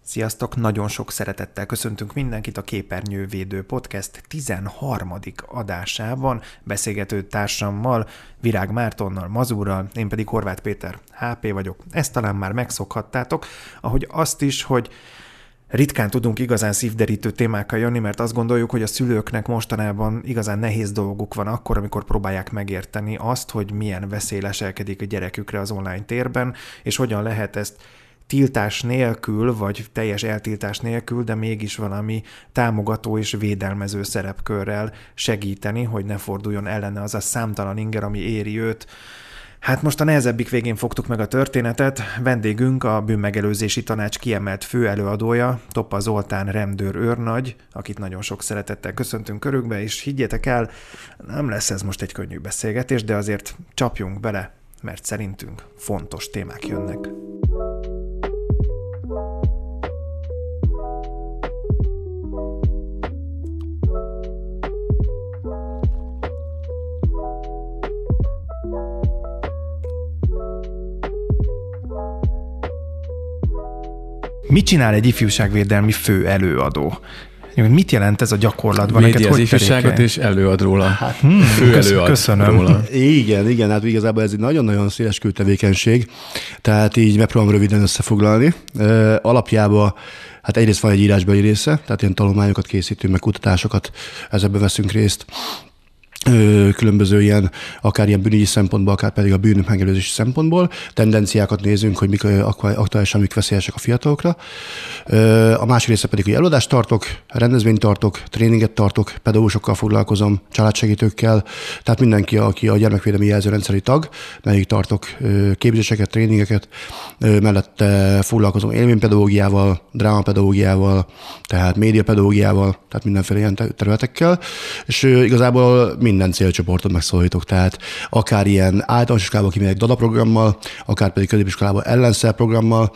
Sziasztok! Nagyon sok szeretettel köszöntünk mindenkit a Képernyővédő Podcast 13. adásában, beszélgető társammal, Virág Mártonnal, Mazurral, én pedig Horváth Péter HP vagyok. Ezt talán már megszokhattátok, ahogy azt is, hogy ritkán tudunk igazán szívderítő témákkal jönni, mert azt gondoljuk, hogy a szülőknek mostanában igazán nehéz dolguk van akkor, amikor próbálják megérteni azt, hogy milyen veszély leselkedik a gyerekükre az online térben, és hogyan lehet ezt tiltás nélkül, vagy teljes eltiltás nélkül, de mégis valami támogató és védelmező szerepkörrel segíteni, hogy ne forduljon ellene az a számtalan inger, ami éri őt. Hát most a nehezebbik végén fogtuk meg a történetet. Vendégünk a Bűnmegelőzési Tanács kiemelt főelőadója, Toppa Zoltán rendőr őrnagy, akit nagyon sok szeretettel köszöntünk körükbe, és higgyétek el, nem lesz ez most egy könnyű beszélgetés, de azért csapjunk bele, mert szerintünk fontos témák jönnek. Mit csinál egy ifjúságvédelmi főelőadó? Mit jelent ez a gyakorlatban? Védi az ifjúságot és előad róla. Köszönöm. Róla. Igen, hát igazából ez egy nagyon-nagyon széles körű tevékenység, tehát így megpróbálom röviden összefoglalni. Alapjában hát egyrészt van egy írásbeli része, tehát ilyen tanulmányokat készítünk, meg kutatásokat, ezekben veszünk részt. Különböző ilyen, akár ilyen bűnügyi szempontból, akár pedig a bűn megelőzési szempontból. Tendenciákat nézünk, hogy mik aktuálisan, mik veszélyesek a fiatalokra. A másik része pedig, hogy előadást tartok, rendezvényt tartok, tréninget tartok, pedagógusokkal foglalkozom, családsegítőkkel, tehát mindenki, aki a gyermekvédelmi jelzőrendszeri tag, melyik tartok képzéseket, tréningeket, mellette foglalkozom élménypedagógiával, drámapedagógiával, tehát médiapedagógiával, tehát mindenféle ilyen területekkel, és igazából minden célcsoportot megszólítok, tehát akár ilyen általános iskolában kimegyek Dada programmal, akár pedig középiskolában ellenszer programmal,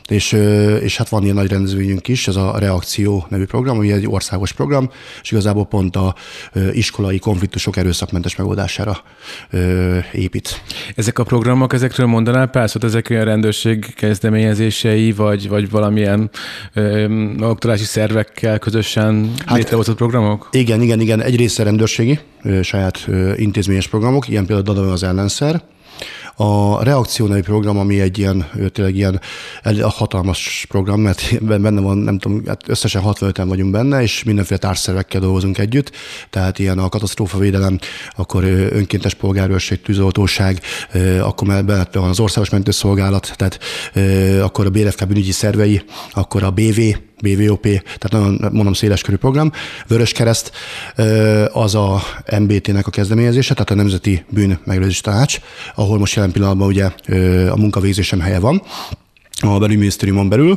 és hát van ilyen nagy rendezvényünk is, ez a Reakció nevű program, ami egy országos program, és igazából pont a iskolai konfliktusok erőszakmentes megoldására épít. Ezek a programok, ezekről mondanál pár szót, ezek olyan rendőrség kezdeményezései, vagy valamilyen oktatási szervekkel közösen létrehozott programok? Igen. Egy része rendőrségi, saját intézményes programok, ilyen például Dada az ellenszer. A Reakció nevű program, ami egy ilyen, tényleg ilyen hatalmas program, mert benne van, nem tudom, összesen 65-en vagyunk benne, és mindenféle társszervekkel dolgozunk együtt, tehát ilyen a katasztrófavédelem, akkor önkéntes polgárőrség, tűzoltóság, akkor mellette van az országos mentőszolgálat, tehát akkor a BRFK bűnügyi szervei, akkor a BVOP, tehát nagyon mondom széleskörű program. Vöröskereszt az a MBT-nek a kezdeményezése, tehát a Nemzeti Bűnmegelőzési Tanács, ahol most jelen pillanatban ugye a munkavégzésem helye van, a belügyminisztériumon belül.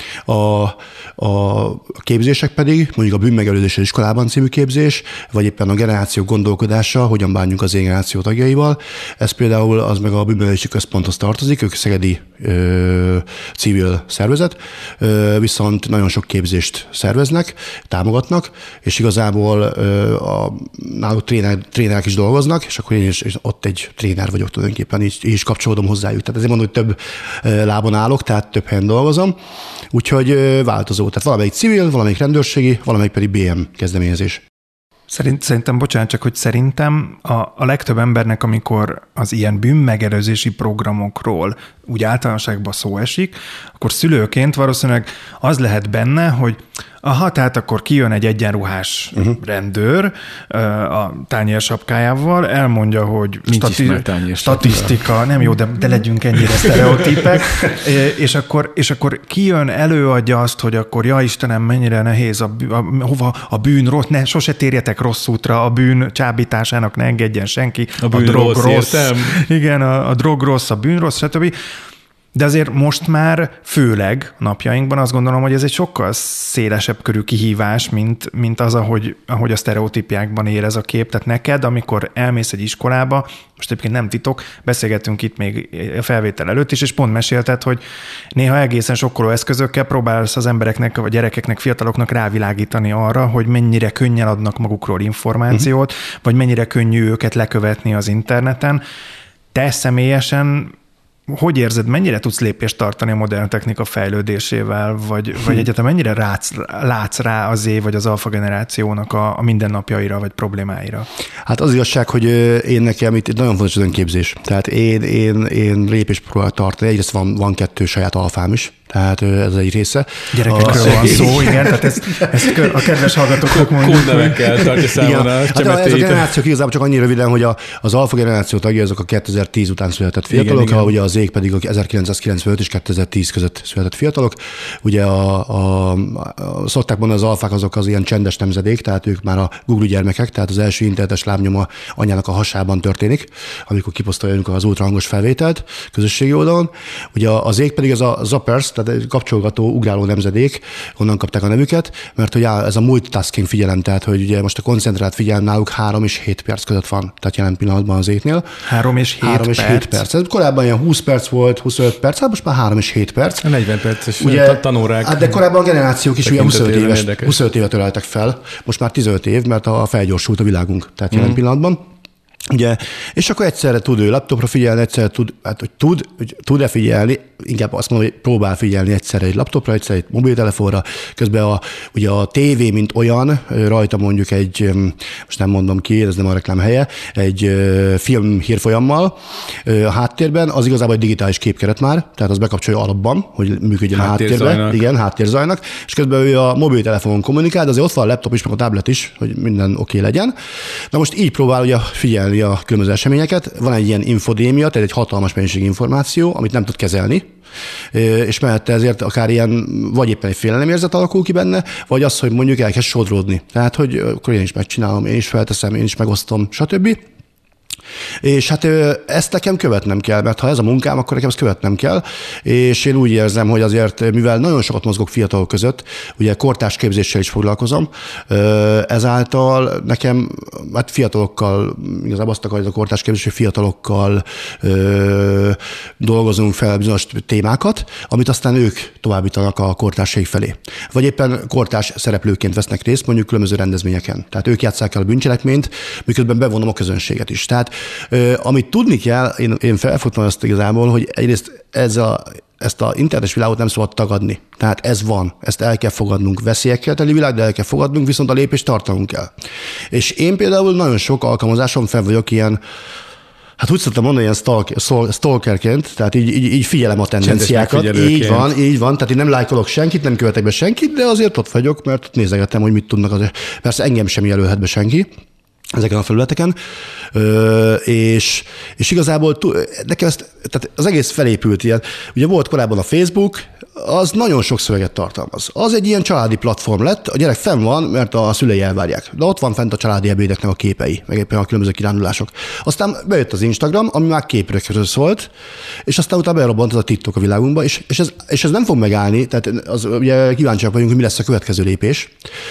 A képzések pedig, mondjuk a Bűnmegelőzési Iskolában című képzés, vagy éppen a generáció gondolkodása, hogyan bánjunk az én generáció tagjaival. Ez például az meg a Bűnmegelőzési Központhoz tartozik, ők szegedi civil szervezet, viszont nagyon sok képzést szerveznek, támogatnak, és igazából náluk trénerek is dolgoznak, és akkor én is ott egy tréner vagyok tulajdonképpen, így is kapcsolódom hozzájuk. Tehát ezért mondom, hogy több lábon állok, tehát több helyen dolgozom, úgyhogy változó. Tehát valamelyik civil, valamelyik rendőrségi, valamelyik pedig BM kezdeményezés. Szerintem, bocsánat, csak hogy szerintem a legtöbb embernek, amikor az ilyen bűnmegelőzési programokról úgy általánosságban szó esik, akkor szülőként valószínűleg az lehet benne, hogy tehát akkor kijön egy egyenruhás rendőr a tányérsapkájával, elmondja, hogy statisztika, nem jó, de legyünk ennyire sztereotípek, és akkor kijön, előadja azt, hogy akkor ja Istenem, mennyire nehéz hova a bűn rossz, sose térjetek rossz útra, a bűn csábításának ne engedjen senki, a drog rossz. Igen, a drog rossz, a bűn rossz, stb. De azért most már főleg napjainkban azt gondolom, hogy ez egy sokkal szélesebb körű kihívás, mint az, ahogy a sztereotípiákban ér ez a kép. Tehát neked, amikor elmész egy iskolába, most egyébként nem titok, beszélgettünk itt még a felvétel előtt is, és pont mesélted, hogy néha egészen sokkoló eszközökkel próbálsz az embereknek, vagy gyerekeknek, fiataloknak rávilágítani arra, hogy mennyire könnyen adnak magukról információt, vagy mennyire könnyű őket lekövetni az interneten. Te személyesen hogy érzed, mennyire tudsz lépést tartani a modern technika fejlődésével, vagy egyetem mennyire látsz rá az vagy az alfa generációnak a mindennapjaira, vagy problémáira? Hát az igazság, hogy én nekem itt nagyon fontos az önképzés. Tehát én lépést próbálok tartani, egyrészt van 2 saját alfám is, tehát ez egy része. Gyerekekről van szó, igen, tehát ezt a kedves hallgatóknak mondjuk. Kódnevekkel tartja számon a hát ez a generációk igazából csak annyira röviden, hogy az alfa generáció tagjai azok a 2010 után született fiatalok, igen. Ugye az ég pedig a 1995 és 2010 között született fiatalok. Ugye szokták mondani, az alfák azok az ilyen csendes nemzedék, tehát ők már a Google gyermekek, tehát az első internetes lábnyoma anyának a hasában történik, amikor kiposztoljuk az ultrahangos felvételt közösségi oldalon. Ugye az ég pedig ez a Zappers, tehát egy kapcsolgató, ugráló nemzedék, onnan kapták a nevüket, mert hogy ez a multitasking figyelem, tehát hogy ugye most a koncentrált figyelem náluk 3 és 7 perc között van, tehát jelen pillanatban az égnél. 3 és 7 perc. Ez korábban ilyen 20 perc volt, 25 perc, hát most már 3 és 7 perc. 40 perces tanórák. Hát de korábban a generációk is ugye 25 évet öleltek fel, most már 15 év, mert felgyorsult a világunk, tehát jelen pillanatban. Ugye, és akkor egyszerre tud ő laptopra figyelni, egyszerre tud-e figyelni, inkább azt mondom, hogy próbál figyelni egyszerre egy laptopra, egyszerre egy mobiltelefonra, közben ugye a tévé, mint olyan, rajta mondjuk egy, most nem mondom ki, ez nem a reklám helye, egy film hírfolyammal a háttérben, az igazából egy digitális képkeret már, tehát az bekapcsolja alapban, hogy működjön a háttérben. Igen, háttérzajnak, és közben ő a mobiltelefonon kommunikál, de azért ott van a laptop is, meg a tablet is, hogy minden oké legyen. Na most így próbál ugye figyelni a különböző eseményeket. Van egy ilyen infodémia, tehát egy hatalmas mennyiség információ, amit nem tud kezelni, és mellette ezért akár ilyen, vagy éppen egy félelemérzet alakul ki benne, vagy az, hogy mondjuk elkezd sodródni. Tehát, hogy akkor én is megcsinálom, én is felteszem, én is megosztom, stb. És hát ezt nekem követnem kell, mert ha ez a munkám, akkor nekem ezt követnem kell, és én úgy érzem, hogy azért, mivel nagyon sokat mozgok fiatalok között, ugye kortárs képzéssel is foglalkozom, ezáltal nekem, hát fiatalokkal, igazából azt akarjuk a kortárs képzés, hogy fiatalokkal dolgozunk fel bizonyos témákat, amit aztán ők továbbítanak a kortársaik felé. Vagy éppen kortárs szereplőként vesznek részt, mondjuk különböző rendezvényeken. Tehát ők játsszák el a bűncselekményt, miközben bevonom a közönséget is. Tehát amit tudni kell, én felfogtam azt igazából, hogy egyrészt ezt a internetes világot nem szabad tagadni. Tehát ez van, ezt el kell fogadnunk. Veszélyekkel teli világ, de el kell fogadnunk, viszont a lépést tartanunk kell. És én például nagyon sok alkalmazáson fel vagyok ilyen, hát úgy szoktam mondani, ilyen stalkerként, tehát így figyelem a tendenciákat. Így van, tehát én nem lájkolok senkit, nem követek be senkit, de azért ott vagyok, mert nézegetem, hogy mit tudnak azért. Persze engem sem jelölhet be senki ezeken a felületeken, és igazából nekem tehát az egész felépült ilyen. Ugye volt korábban a Facebook, az nagyon sok szöveget tartalmaz. Az egy ilyen családi platform lett, a gyerek fenn van, mert a szülei elvárják. De ott van fent a családi ebédeknek a képei, meg éppen a különböző kirándulások. Aztán bejött az Instagram, ami már képről szólt, és aztán utána berobbant az a TikTok a világunkba, és ez nem fog megállni, tehát ugye kíváncsiak vagyunk, hogy mi lesz a következő lépés,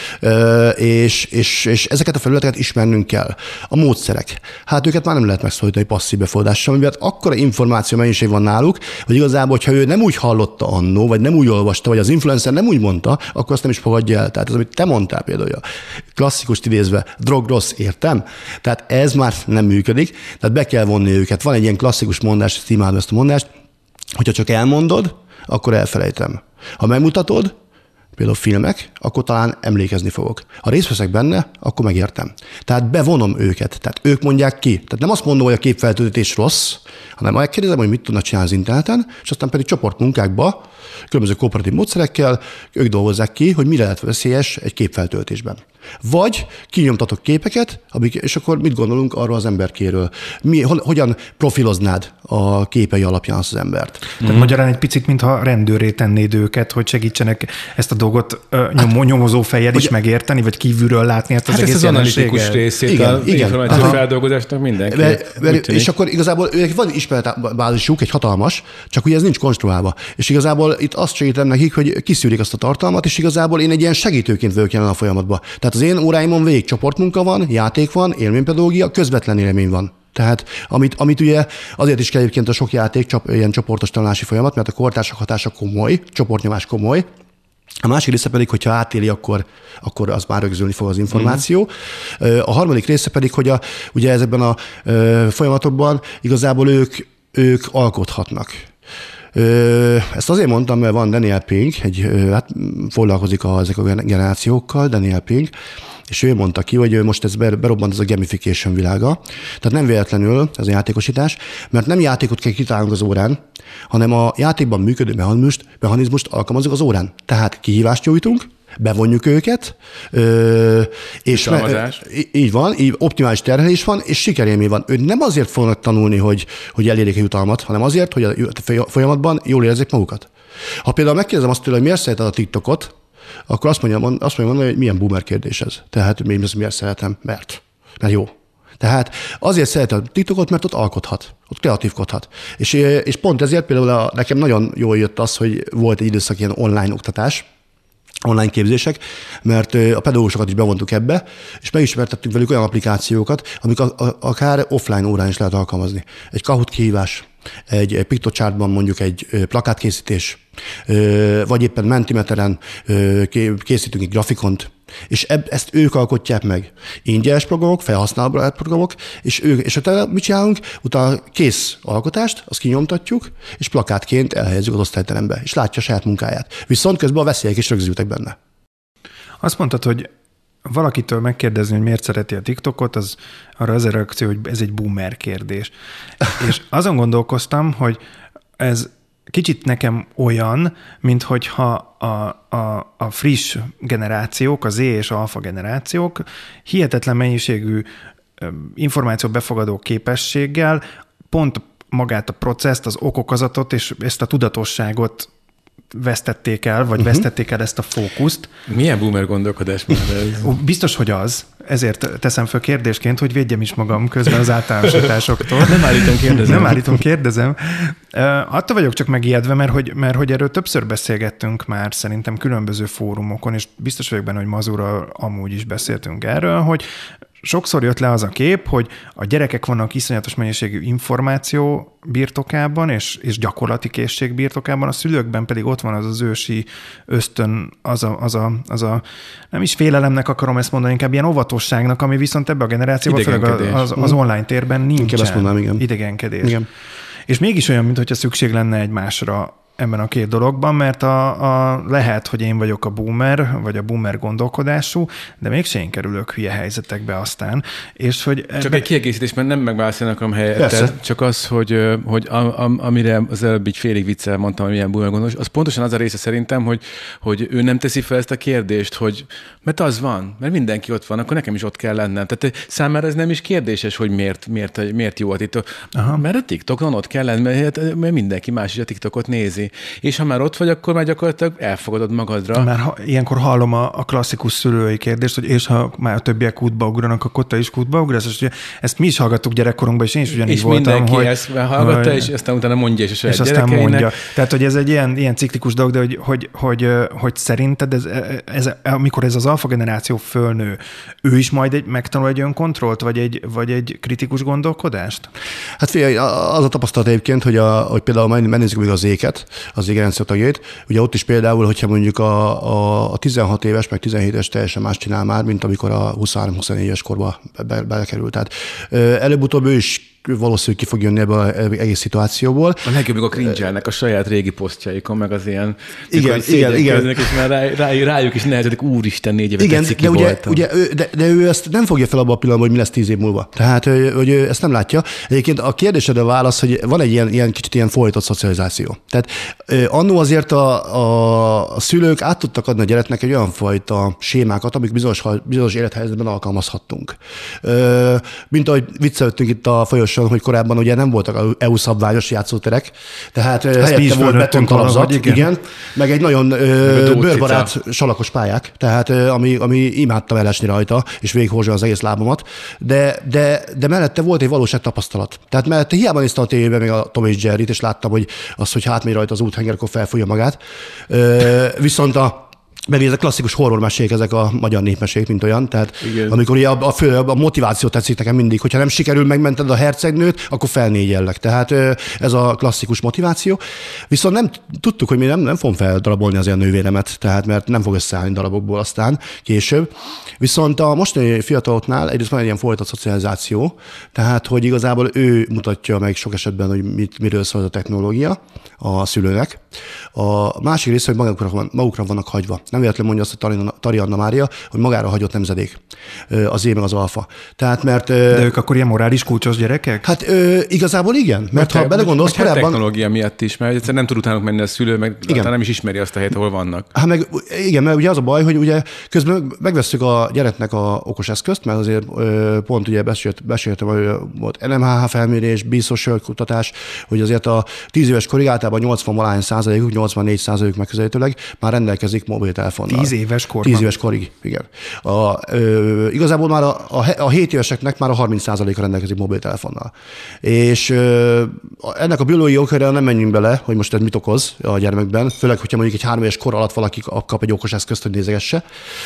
és ezeket a felületeket ismernünk kell. A módszerek. Hát őket már nem lehet megszólítani passzív befogadással, mivel akkora információ mennyiség van náluk, hogy igazából, hogyha ő nem úgy hallotta annó, vagy nem úgy olvasta, vagy az influencer nem úgy mondta, akkor azt nem is fogadja el. Tehát ez, amit te mondtál például, klasszikust idézve, drog rossz, értem? Tehát ez már nem működik, tehát be kell vonni őket. Van egy ilyen klasszikus mondás, ezt imádom ezt a mondást, hogyha csak elmondod, akkor elfelejtem. Ha megmutatod, például filmek, akkor talán emlékezni fogok. Ha részt veszek benne, akkor megértem. Tehát bevonom őket. Tehát ők mondják ki. Tehát nem azt mondom, hogy a képfeltöltés rossz, hanem megkérdezem, hogy mit tudnak csinálni az interneten, és aztán pedig csoportmunkákba, különböző kooperatív módszerekkel ők dolgozzák ki, hogy mire lehet veszélyes egy képfeltöltésben. Vagy kinyomtatok képeket, és akkor mit gondolunk arról az emberkéről? Hogyan profiloznád a képei alapján azt az embert? Tehát magyarán egy picit, mintha rendőré tennéd őket, hogy segítsenek ezt a dolgot nyomozó fejjel is megérteni, vagy kívülről látni ezt az egész ez az analitikus részét az információ feldolgozásnak mindenki. És akkor igazából van ismeretbázisuk, egy hatalmas, csak ugye ez nincs konstruálva. És igazából itt azt segítem nekik, hogy kiszűrik azt a tartalmat, és igazából én egy ilyen segítőként vagyok jelen a folyamatban. Tehát az én óráimon végig csoportmunka van, játék van, élménypedagógia, közvetlen élmény van. Tehát amit ugye azért is kell egyébként a sok játék, ilyen csoportos tanulási folyamat, mert a kortársak hatása komoly, csoportnyomás komoly. A másik része pedig, hogyha átéli, akkor az már rögzülni fog az információ. A harmadik része pedig, hogy ugye ezekben a folyamatokban igazából ők alkothatnak. Ezt azért mondtam, mert van Daniel Pink, foglalkozik ezek a generációkkal, Daniel Pink, és ő mondta ki, hogy most ez berobbant ez a gamification világa. Tehát nem véletlenül ez a játékosítás, mert nem játékot kell kitálnunk az órán, hanem a játékban működő mechanizmust alkalmazunk az órán. Tehát kihívást nyújtunk, bevonjuk őket, és így van, így optimális terhelés van, és sikerélmény van. Ő nem azért fognak tanulni, hogy elérjék a jutalmat, hanem azért, hogy a folyamatban jól érezzék magukat. Ha például megkérdezem azt tőle, hogy miért szereted a TikTokot, akkor azt mondja mondani, hogy milyen boomer kérdés ez. Tehát miért szeretem? Mert jó. Tehát azért szeretem a TikTokot, mert ott alkothat, ott kreatívkodhat. És pont ezért például nekem nagyon jól jött az, hogy volt egy időszak ilyen online oktatás, online képzések, mert a pedagógusokat is bevontuk ebbe, és megismertettünk velük olyan applikációkat, amik akár offline órán is lehet alkalmazni. Egy Kahoot kihívás, egy Piktochártban mondjuk egy plakátkészítés, vagy éppen Mentimeteren készítünk egy grafikont, és ezt ők alkotják meg. Ingyenes programok, felhasználó programok, és utána mit csinálunk? Utána kész alkotást, azt kinyomtatjuk, és plakátként elhelyezzük az osztályterembe, és látja a saját munkáját. Viszont közben a veszélyek is rögzültek benne. Azt mondtad, hogy valakitől megkérdezni, hogy miért szereti a TikTokot, az arra az a reakció, hogy ez egy boomer kérdés. És azon gondolkoztam, hogy ez kicsit nekem olyan, mint hogyha a friss generációk, a Z és alfa generációk hihetetlen mennyiségű információ befogadó képességgel pont magát a processzt, az okokazatot és ezt a tudatosságot vesztették el, vagy vesztették el ezt a fókuszt. Milyen boomer gondolkodás már ez? Biztos, hogy az. Ezért teszem föl kérdésként, hogy védjem is magam közben az általánosításoktól. Nem állítom, kérdezem. Attól vagyok csak megijedve, mert hogy erről többször beszélgettünk már szerintem különböző fórumokon, és biztos vagyok benne, hogy Mazurral amúgy is beszéltünk erről, hogy sokszor jött le az a kép, hogy a gyerekek vannak iszonyatos mennyiségű információ birtokában, és gyakorlati készség birtokában, a szülőkben pedig ott van az ősi ösztön, az a nem is félelemnek akarom ezt mondani, inkább ilyen óvatosságnak, ami viszont ebben a generációban, főleg az online térben nincsen. Ezt mondanám, igen. Idegenkedés. Igen. És mégis olyan, mintha szükség lenne egymásra ebben a két dologban, mert lehet, hogy én vagyok a boomer, vagy a boomer gondolkodású, de mégse én kerülök hülye helyzetekbe aztán. És hogy csak egy kiegészítés, mert nem megválaszolni akarom helyetted, csak az, hogy amire az előbb így félig viccel mondtam, hogy milyen boomer gondolás, az pontosan az a része szerintem, hogy ő nem teszi fel ezt a kérdést, hogy mert az van, mert mindenki ott van, akkor nekem is ott kell lennem. Tehát számára ez nem is kérdéses, hogy miért jó a TikTok. Mert a TikTokon ott kell lenni, mert mindenki más is a TikTokot nézi. És ha már ott vagy, akkor már gyakorlatilag elfogadod magadra. Már ilyenkor hallom a klasszikus szülői kérdést, hogy és ha már a többiek kútba ugranak, akkor te is kútba ugrasz. És ezt mi is hallgattuk gyerekkorunkban, és én is ugyanígy voltam. És mindenki ezt hallgatta, és aztán utána mondja is a saját gyerekeinek. És aztán mondja. Tehát, hogy ez egy ilyen ciklikus dolog, de hogy szerinted amikor ez az alfa generáció fölnő, ő is majd megtanul egy önkontrollt, vagy egy kritikus gondolkodást? Hát figyelj, az a tapasztalat egyébként, hogy például megnézzük még az éket, az égerendszer tagjait. Ugye ott is például, hogyha mondjuk a 16 éves, meg 17 éves teljesen más csinál már, mint amikor a 23-24-es korba belekerült. Tehát előbb-utóbb ő is valószínűleg ki fog jönni ebből az egész szituációból. A legjobb, a cringe-elnek a saját régi posztjaikon, meg az ilyen... Igen. És már rájuk is nehezedik, úristen, 4 éve tetszik ki voltam. De ő ezt nem fogja fel abban a pillanatban, hogy mi lesz 10 év múlva. Tehát, hogy ő ezt nem látja. Egyébként a kérdésedre válasz, hogy van egy ilyen kicsit ilyen fordított szocializáció. Tehát annó azért a szülők át tudtak adni a gyereknek egy olyan fajta sémákat, amik bizonyos élethelyzetben alkalmazhattunk. Mint ahogy viccelődtünk itt a folyosón, hogy korábban ugye nem voltak EU szabványos játszóterek, tehát helyette volt betontalapzat, igen, meg egy nagyon bőrbarát salakos pályák, tehát ami imádtam elesni rajta, és végighorzsol az egész lábamat, de mellette volt egy valóság tapasztalat. Tehát mellette hiába néztem a tévében még a Tom és Jerryt, és láttam, hogy hát megy rajta az úthenger, akkor felfújja magát. Viszont Meg ezek klasszikus horrormesék, ezek a magyar népmesék, mint olyan. Tehát igen. Amikor a motiváció tetszik nekem mindig, hogyha nem sikerül megmented a hercegnőt, akkor felnégyellek. Tehát ez a klasszikus motiváció. Viszont nem tudtuk, hogy mi nem fogom feldarabolni az ilyen nővéremet, tehát mert nem fog összeállni darabokból aztán később. Viszont a mostani fiataloknál egyrészt van egy ilyen folytat szocializáció, tehát hogy igazából ő mutatja meg sok esetben, hogy miről szól a technológia a szülőnek. A másik része, hogy magukra vannak hagyva. Nem véletlenül mondja azt a Tari Anna Mária, hogy magára hagyott nemzedék. Az én meg az alfa. Tehát, mert, de ők akkor ilyen morális kulcsos gyerekek? Hát igazából igen. Mert ha belegondolsz korábban... technológia miatt is, mert egyszerűen nem tud utánuk menni a szülő, meg nem is ismeri azt a helyet, ahol vannak. Hát meg igen, mert ugye az a baj, hogy ugye közben megvesszük a gyereknek a okos eszközt, mert azért pont ugye beszéltem, hogy volt NMHH felmérés, B-social kutatás, hogy azért a 10 éves korig általában 80-valahány%, 84% megközelítőleg már rendelkezik mobiltelefonnal. 10 éves korban? 10 éves korig, igen. Igazából már a 7 éveseknek már a 30%-a rendelkezik mobiltelefonnal. És ennek a biológiai okára nem menjünk bele, hogy most ez mit okoz a gyermekben, főleg, hogyha mondjuk egy 3 éves kor alatt valaki kap egy okos eszközt, hogy nézegesse.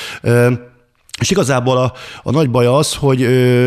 És igazából a nagy baj az, hogy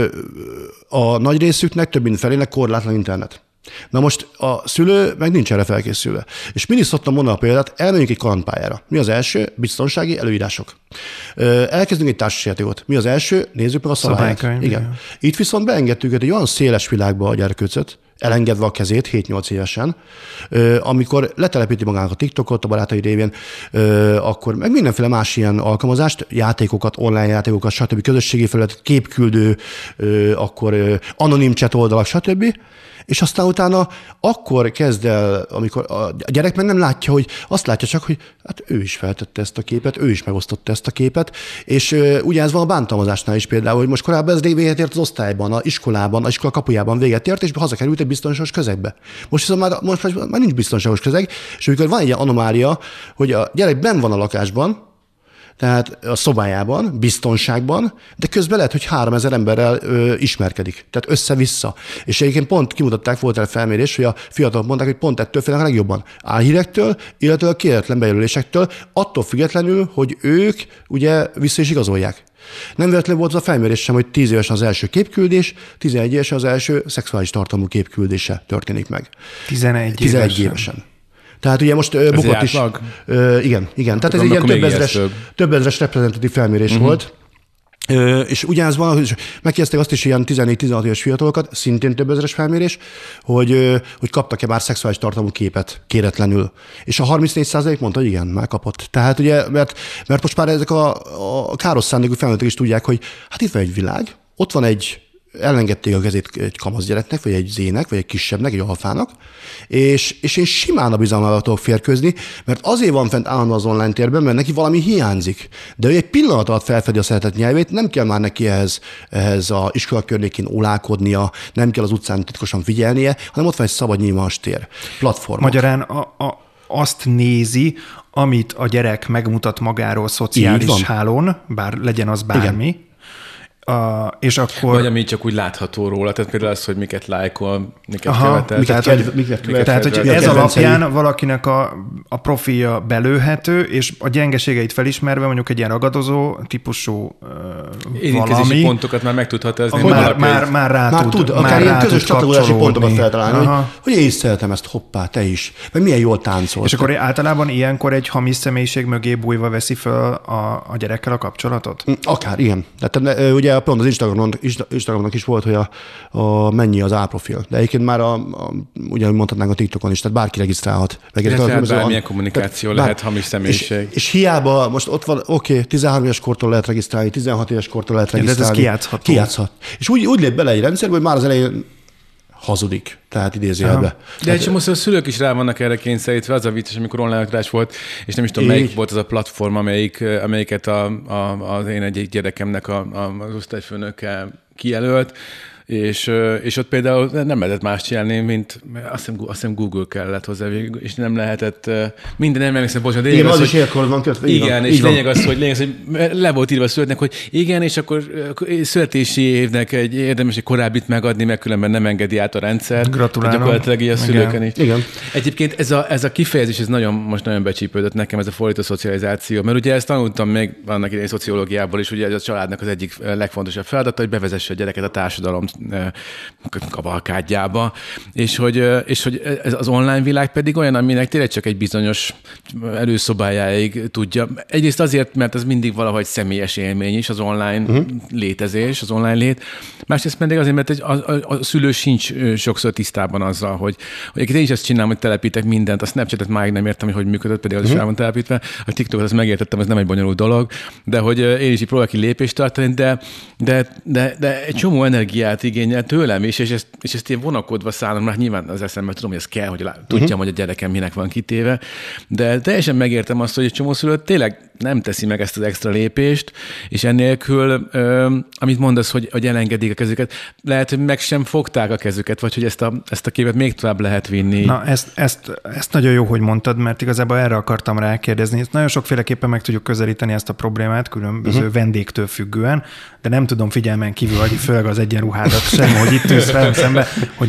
a nagy részüknek, több mint felének korlátlan internet. Na most a szülő meg nincs erre felkészülve. És mindig szoktam mondani a példát, elmegyünk egy kalandpályára. Mi az első? Biztonsági előírások. Elkezdünk egy társasjátékot. Mi az első? Nézzük meg a szabályt. Igen. Itt viszont beengedtük egy olyan széles világba a gyerkőcöt, elengedve a kezét 7-8 évesen, amikor letelepíti magának a TikTokot a barátai révén, akkor meg mindenféle más ilyen alkalmazást, játékokat, online játékokat, stb. Közösségi felület, képküldő, akkor anonim chat oldalak, stb. És aztán utána akkor kezd el, amikor a gyerek meg nem látja, hogy azt látja csak, hogy hát ő is feltette ezt a képet, ő is megosztotta ezt a képet, és ugye ez van a bántalmazásnál is például, hogy most korábban ez véget ért az osztályban, a iskolában, a iskola kapujában véget ért, és hazakerült egy biztonságos közegbe. Most viszont már nincs biztonságos közeg, és amikor van egy ilyen anomália, hogy a gyerek benn van a lakásban, tehát a szobájában, biztonságban, de közben lehet, hogy 3000 emberrel ismerkedik. Tehát össze-vissza. És egyébként pont kimutatták, volt el felmérés, hogy a fiatalok mondták, hogy pont ettől félnek a legjobban. Álhírektől, illetve a kéretlen bejelölésektől, attól függetlenül, hogy ők ugye vissza is igazolják. Nem véletlenül volt az a felmérés sem, hogy 10 évesen az első képküldés, 11 évesen az első szexuális tartalmú képküldése történik meg. 11 évesen. Tehát ugye most bukott is. Igen. Tehát ez egy ilyen több ezres reprezentatív felmérés volt. És ugyanez van, hogy megkérdezték azt is ilyen 14-16 éves fiatalokat, szintén több ezeres felmérés, hogy kaptak-e már szexuális tartalmú képet kéretlenül. És a 34% mondta, hogy igen, már kapott. Tehát ugye, mert most már ezek a káros szándékú felnőttek is tudják, hogy hát itt van egy világ, ott van elengedték a kezét egy kamasz gyereknek, vagy egy zének, vagy egy kisebbnek, egy alfának, és én simán a bizalmával tudok férkőzni, mert azért van fent állandóan az online térben, mert neki valami hiányzik. De ő egy pillanat alatt felfedi a szeretet nyelvét, nem kell már neki ehhez a iskola környékén ólálkodnia, nem kell az utcán titkosan figyelnie, hanem ott van egy szabad nyilvános tér, platformok. Magyarán azt nézi, amit a gyerek megmutat magáról szociális hálón, bár legyen az bármi, igen. És akkor... Vagy ami csak úgy látható róla, tehát például az, hogy miket lájkol, miket követel. Tehát, hogy ez alapján valakinek a profilja belőhető, és a gyengeségeit felismerve mondjuk egy ilyen ragadozó típusú érintkezési pontokat már meg tud határozni. Már rá tud akár ilyen közös csatlakozási pontokat feltalálni, hogy én is szeretem ezt, hoppá, te is. Meg milyen jól táncolsz. És akkor általában ilyenkor egy hamis személyiség mögé bújva veszi föl a gyerekkel a kapcsolatot? Akár, igen. Tehát ugye pont az Instagramnak is volt, hogy mennyi az A-profil. De egyébként már ugye mondhatnánk a TikTokon is, tehát bárki regisztrálhat. Bármilyen kommunikáció lehet hamis személyiség. És hiába most ott van, 13 éves kortól lehet regisztrálni, 16 éves kortól lehet regisztrálni. De ez kijátszhat. És úgy lép bele egy rendszerbe, hogy már az elején hazudik, tehát idézőjelbe. De egy csomószor a szülők is rá vannak erre kényszerítve, az a vicces, amikor online oktatás volt, és nem is tudom, melyik volt az a platform, amelyiket az én egyik gyerekemnek az osztályfőnöke kijelölt, és ott például nem lehetett más csinálni, mint azt hiszem Google kellett hozzá végül, és nem lehetett minden, nem emlékszem, bocsánat. Igen, az is ilyenkor van kötve. Igen, és lényeg az, hogy le volt írva a szülőknek, hogy igen, és akkor születési évnek érdemes egy korábbit megadni, mert különben nem engedi át a rendszer. Gratulálom. Gyakorlatilag így a szülőken is. Igen. Egyébként ez a kifejezés, ez most nagyon becsípődött nekem, ez a fordító szocializáció, mert ugye ezt tanultam még annak idején szociológiából is, ugye ez a családnak az egyik legfontosabb feladata, hogy bevezesse a gyereket a társadalom kavalkádjába, és hogy ez az online világ pedig olyan, aminek tényleg csak egy bizonyos előszobájáig tudja. Egyrészt azért, mert ez mindig valahogy személyes élmény is, az online létezés, az online lét. Másrészt pedig azért, mert a szülő sincs sokszor tisztában azzal, hogy én is azt csinálom, hogy telepítek mindent. A Snapchatet máig nem értem, hogy miködött, pedig az is rá van telepítve. A TikTokot azt megértettem, ez nem egy bonyolult dolog, de hogy én is így próbálok ki lépést tartani, de egy csomó energiát igényel tőlem is, és ezt én vonakodva szállom, mert nyilván az eszembe tudom, hogy ez kell, hogy tudjam, hogy a gyerekem minek van kitéve, de teljesen megértem azt, hogy egy csomó szülő tényleg nem teszi meg ezt az extra lépést, és ennélkül, amit mondasz, hogy elengedik a kezüket, lehet, hogy meg sem fogták a kezüket, vagy hogy ezt a képet még tovább lehet vinni. Na, ezt nagyon jó, hogy mondtad, mert igazából erre akartam rákérdezni. Nagyon sokféleképpen meg tudjuk közelíteni ezt a problémát, különböző vendégtől függően, de nem tudom figyelmen kívül, hogy főleg az egyenruhádat sem, hogy itt ülsz velem szembe, hogy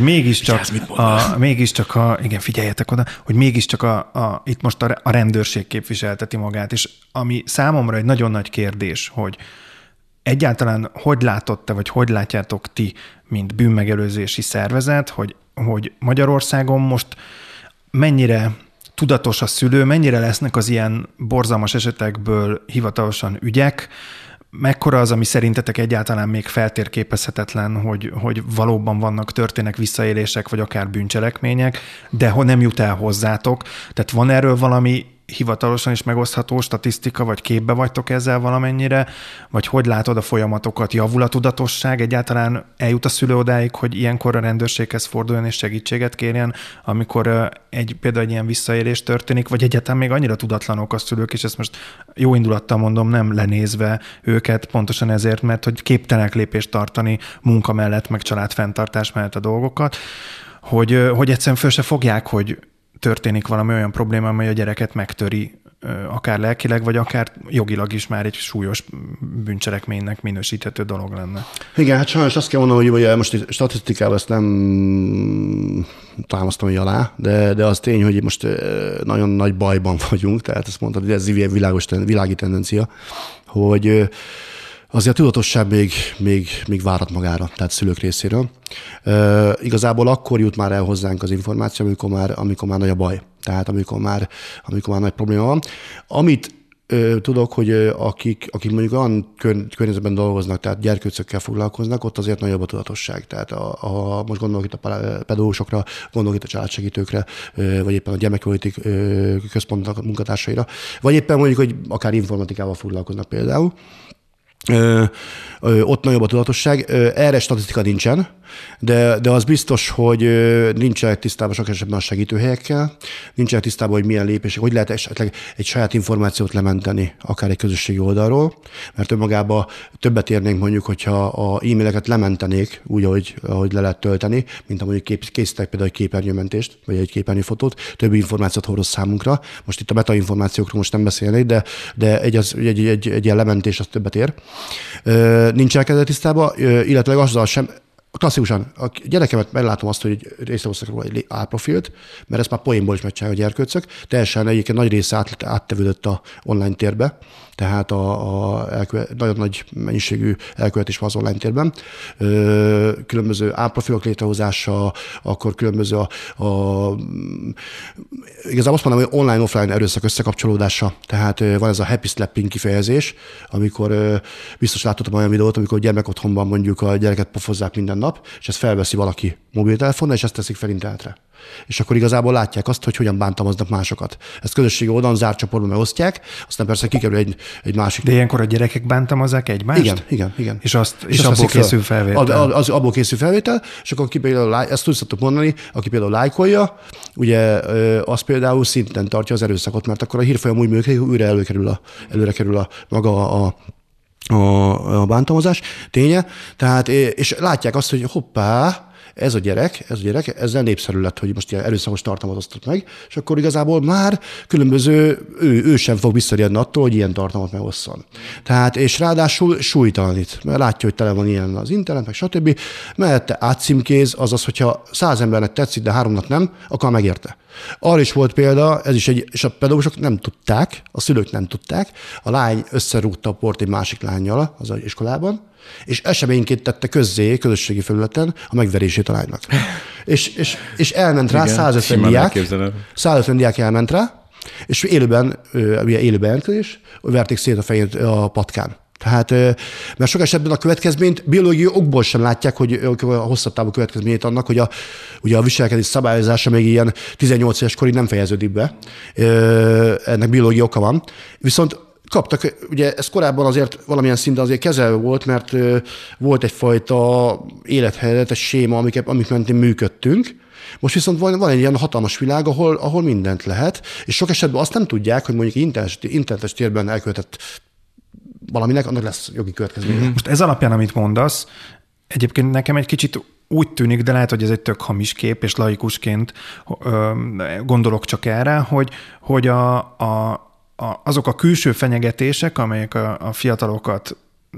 mégiscsak igen, figyeljetek oda, hogy mégiscsak itt most a rendőrség képviselteti magát, és ami számomra egy nagyon nagy kérdés, hogy egyáltalán hogy látott te, vagy hogy látjátok ti, mint bűnmegelőzési szervezet, hogy Magyarországon most mennyire tudatos a szülő, mennyire lesznek az ilyen borzalmas esetekből hivatalosan ügyek, mekkora az, ami szerintetek egyáltalán még feltérképezhetetlen, hogy valóban történnek visszaélések, vagy akár bűncselekmények, de nem jut el hozzátok. Tehát van erről valami hivatalosan is megosztható statisztika, vagy képbe vagytok ezzel valamennyire, vagy hogy látod a folyamatokat, javul a tudatosság, egyáltalán eljut a szülő odáig, hogy ilyenkor a rendőrséghez forduljon és segítséget kérjen, amikor például egy ilyen visszaélés történik, vagy egyáltalán még annyira tudatlanok a szülők, és ezt most jó indulattal mondom, nem lenézve őket, pontosan ezért, mert hogy képtelenek lépést tartani munka mellett, meg családfenntartás mellett a dolgokat, hogy egyszerűen föl se fogják, hogy történik valami olyan probléma, amely a gyereket megtöri, akár lelkileg, vagy akár jogilag is már egy súlyos bűncselekménynek minősíthető dolog lenne. Igen, hát sajnos azt kell mondanom, hogy most statisztikával ezt nem támasztom így alá, de az tény, hogy most nagyon nagy bajban vagyunk, tehát ezt mondtad, hogy ez világi tendencia, hogy azért a tudatosság még várat magára, tehát szülők részéről. Igazából akkor jut már el hozzánk az információ, amikor már nagy a baj, tehát amikor már nagy probléma van. Amit tudok, hogy akik mondjuk olyan környezetben dolgoznak, tehát gyerkőcökkel foglalkoznak, ott azért nagyobb a tudatosság. Tehát most gondolok itt a pedagógusokra, gondolok itt a családsegítőkre, vagy éppen a gyermekjóléti központnak munkatársaira, vagy éppen mondjuk, hogy akár informatikával foglalkoznak például. Ott nagyobb a tudatosság. Erre statisztika nincsen, de az biztos, hogy nincsenek tisztában sok esetben a segítőhelyekkel, nincsenek tisztában, hogy milyen lépések, hogy lehet esetleg egy saját információt lementeni, akár egy közösségi oldalról, mert önmagában többet érnénk mondjuk, hogyha a e-maileket lementenék úgy, ahogy le lehet tölteni, mint amúgy készítek például egy képernyőmentést, vagy egy képernyőfotót, több információt hordoz számunkra. Most itt a metainformációkról most nem beszélnék, de egy ilyen lementés az többet ér. Nincsenek ezzel tisztában, illetve azzal sem, klasszikusan a gyerekemet meglátom azt, hogy részrehoztak róla egy álprofilt, mert ezt már poénból is megcsinálják a gyerkőcök, teljesen egyébként nagy része áttevődött a online térbe, tehát nagyon nagy mennyiségű elkövetés van az online térben. Különböző álprofilok létrehozása, akkor különböző igazából azt mondom, hogy online-offline erőszak összekapcsolódása, tehát van ez a happy slapping kifejezés, amikor biztos látottam olyan videót, amikor gyermekotthonban mondjuk a gyereket pofozzák minden nap, és ezt felveszi valaki mobiltelefonnal, és ezt teszik fel internetre. És akkor igazából látják azt, hogy hogyan bántalmaznak másokat. Ezt közösségi oldalon zárt csoportban megosztják, aztán persze kikerül egy másik. De ilyenkor a gyerekek bántalmazzák egymást? Igen. És abból készül felvétel? Abból készül felvétel, és akkor ki például, ezt úgy szoktuk mondani, aki például lájkolja, ugye az például szinten tartja az erőszakot, mert akkor a hírfolyam úgy működik, hogy újra előre kerül maga a bántalmazás ténye. Tehát, és látják azt, hogy hoppá, ez a gyerek, ezzel népszerű lett, hogy most ilyen erőszakos tartalmat osztott meg, és akkor igazából már különböző, ő sem fog visszariadni attól, hogy ilyen tartalmat megosszon. Tehát, és ráadásul súlytalanít, mert látja, hogy tele van ilyen az internet, meg stb. Mellette átcímkéz, azaz, hogyha 100 embernek tetszik, de 3-nak nem, akkor megérte. Arra is volt példa, és a pedagógusok nem tudták, a szülők nem tudták, a lány összerúgta a port egy másik lánnyal az iskolában, és eseményként tette közzé közösségi felületen a megverését a lánynak. És elment rá 150 diák, 150 diák elment rá, és élőben jelentkezés, verték szét a fejét a patkán. Tehát, mert sok esetben a következményt biológiai okból sem látják, hogy a hosszabb távú következményét annak, hogy ugye a viselkedés szabályozása még ilyen 18 éves korig nem fejeződik be. Ennek biológiai oka van. Viszont kaptak, ugye ez korábban azért valamilyen szinten azért kezelve volt, mert volt egyfajta élethelyzetes séma, amik mentén működtünk. Most viszont van egy ilyen hatalmas világ, ahol mindent lehet, és sok esetben azt nem tudják, hogy mondjuk internetes térben elkövetett valaminek, annak lesz jogi következménye. Most ez alapján, amit mondasz, egyébként nekem egy kicsit úgy tűnik, de lehet, hogy ez egy tök hamis kép, és laikusként gondolok csak erre, hogy azok a külső fenyegetések, amelyek a fiatalokat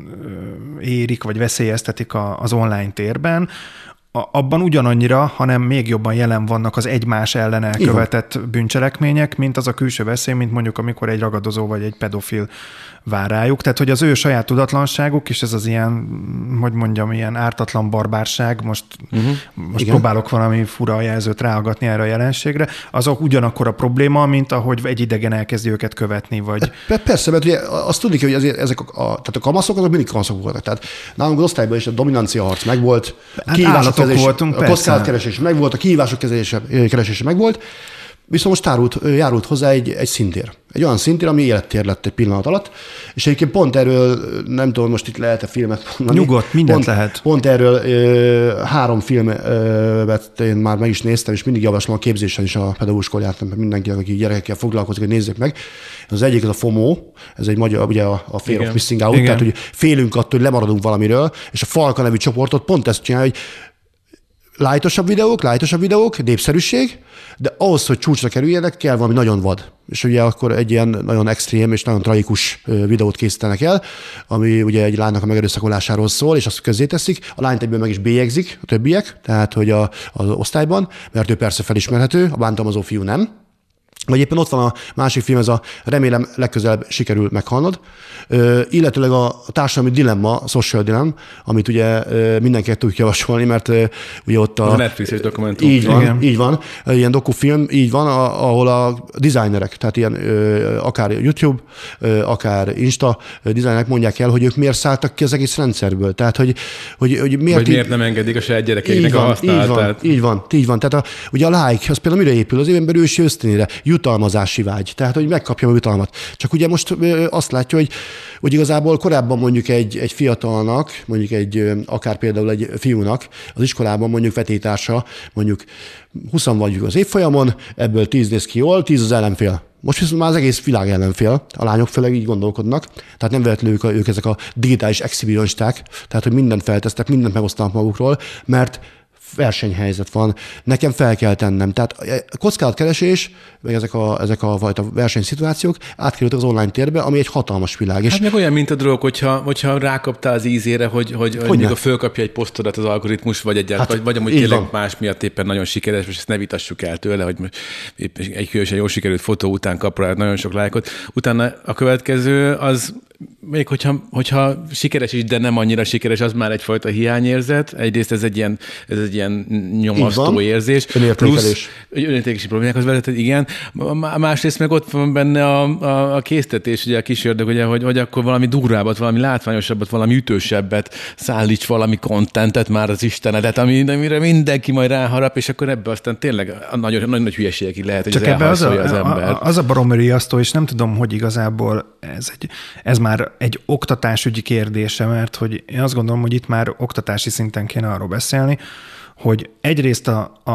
érik, vagy veszélyeztetik az online térben, abban ugyanannyira, hanem még jobban jelen vannak az egymás ellen elkövetett bűncselekmények, mint az a külső veszély, mint mondjuk amikor egy ragadozó vagy egy pedofil vár rájuk. Tehát, hogy az ő saját tudatlanságuk, és ez az ilyen, hogy mondjam, ilyen ártatlan barbárság, most próbálok valami fura jelzőt ráagatni erre a jelenségre, azok ugyanakkor a probléma, mint ahogy egy idegen elkezdi őket követni, vagy... Persze, mert ugye azt tudni kell, hogy azért ezek tehát a kamaszok, azok mindig kamaszok voltak. Tehát nálunk az osztályban is a dominancia harc megvolt, a kockázatkeresés megvolt, a kihívások keresése megvolt, viszont most járult hozzá egy szintér. Egy olyan szintér, ami élettér lett egy pillanat alatt, és egyébként pont erről, nem tudom, most itt lehet-e filmet mondani. Nyugodt, mindent lehet. Pont erről 3 filmet én már meg is néztem, és mindig javaslom a képzésen is a pedagóguskor jártam, mert mindenki, aki gyerekekkel foglalkozik, hogy nézzék meg. Az egyik az a FOMO, ez egy magyar, ugye a Fear of Missing Out, tehát hogy félünk attól, hogy lemaradunk valamiről, és a Falka nevű csoportot pont ezt csinálja, hogy lájtosabb videók, népszerűség, de ahhoz, hogy csúcsra kerüljenek, kell valami nagyon vad. És ugye akkor egy ilyen nagyon extrém és nagyon tragikus videót készítenek el, ami ugye egy lánynak a megerőszakolásáról szól, és azt közzéteszik. A lányt egyből meg is bélyegzik a többiek, tehát hogy az osztályban, mert ő persze felismerhető, a bántalmazó fiú nem. Vagy éppen ott van a másik film, ez a remélem legközelebb sikerül meghalnod, illetőleg a társadalmi dilemma, a social dilemma, amit ugye mindenkinek tudjuk javasolni, mert ugye ott a Netflixes dokumentum. Így van, ilyen dokufilm, így van, ahol a designerek, tehát ilyen akár YouTube, akár Insta designerek mondják el, hogy ők miért szálltak ki az egész rendszerből. Tehát, hogy miért nem engedik a saját gyerekeiknek a használatát. Így van. Tehát ugye a like, az például mire épül? Az évember ősi ösztönére. Jutalmazási vágy, tehát hogy megkapjam a jutalmat. Csak ugye most azt látja, hogy igazából korábban mondjuk egy fiatalnak, mondjuk akár például egy fiúnak az iskolában mondjuk vetétársa, mondjuk 20 vagyunk az évfolyamon, ebből 10 néz ki jól, 10 az ellenfél. Most viszont már az egész világ ellenfél, a lányok főleg így gondolkodnak, tehát nem véletlenül ők ezek a digitális exhibitionisták, tehát hogy mindent feltesztek, mindent megosztanak magukról, mert versenyhelyzet van, nekem fel kell tennem. Tehát a kockázatkeresés, meg ezek a fajta versenyszituációk átkerültek az online térbe, ami egy hatalmas világ. Hát meg olyan, mint a drog, hogyha rákaptál az ízére, hogy mikor fölkapja egy posztodat az algoritmus, vagy amúgy tényleg más miatt éppen nagyon sikeres, és ezt ne vitassuk el tőle, hogy egy különösen jól sikerült fotó után kap rá nagyon sok lájkot. Utána a következő az még hogyha sikeres is, de nem annyira sikeres, az már egyfajta hiányérzet. Egyrészt ez egy ilyen nyomasztó érzés. Önértékelés. Önértékelési problémákhoz vezetett, igen. Másrészt meg ott van benne a késztetés, ugye a kis ördög, ugye, hogy akkor valami durvábbat, valami látványosabbat, valami ütősebbet szállíts, valami kontentet már az Istenedet, amire mindenki majd ráharap, és akkor ebbe aztán tényleg nagyon nagy hülyeségekig lehet, hogy csak az ember. Az a baromi riasztó, és nem tudom, hogy igazából ez már egy oktatásügyi kérdése, mert hogy én azt gondolom, hogy itt már oktatási szinten kéne arról beszélni, hogy egyrészt a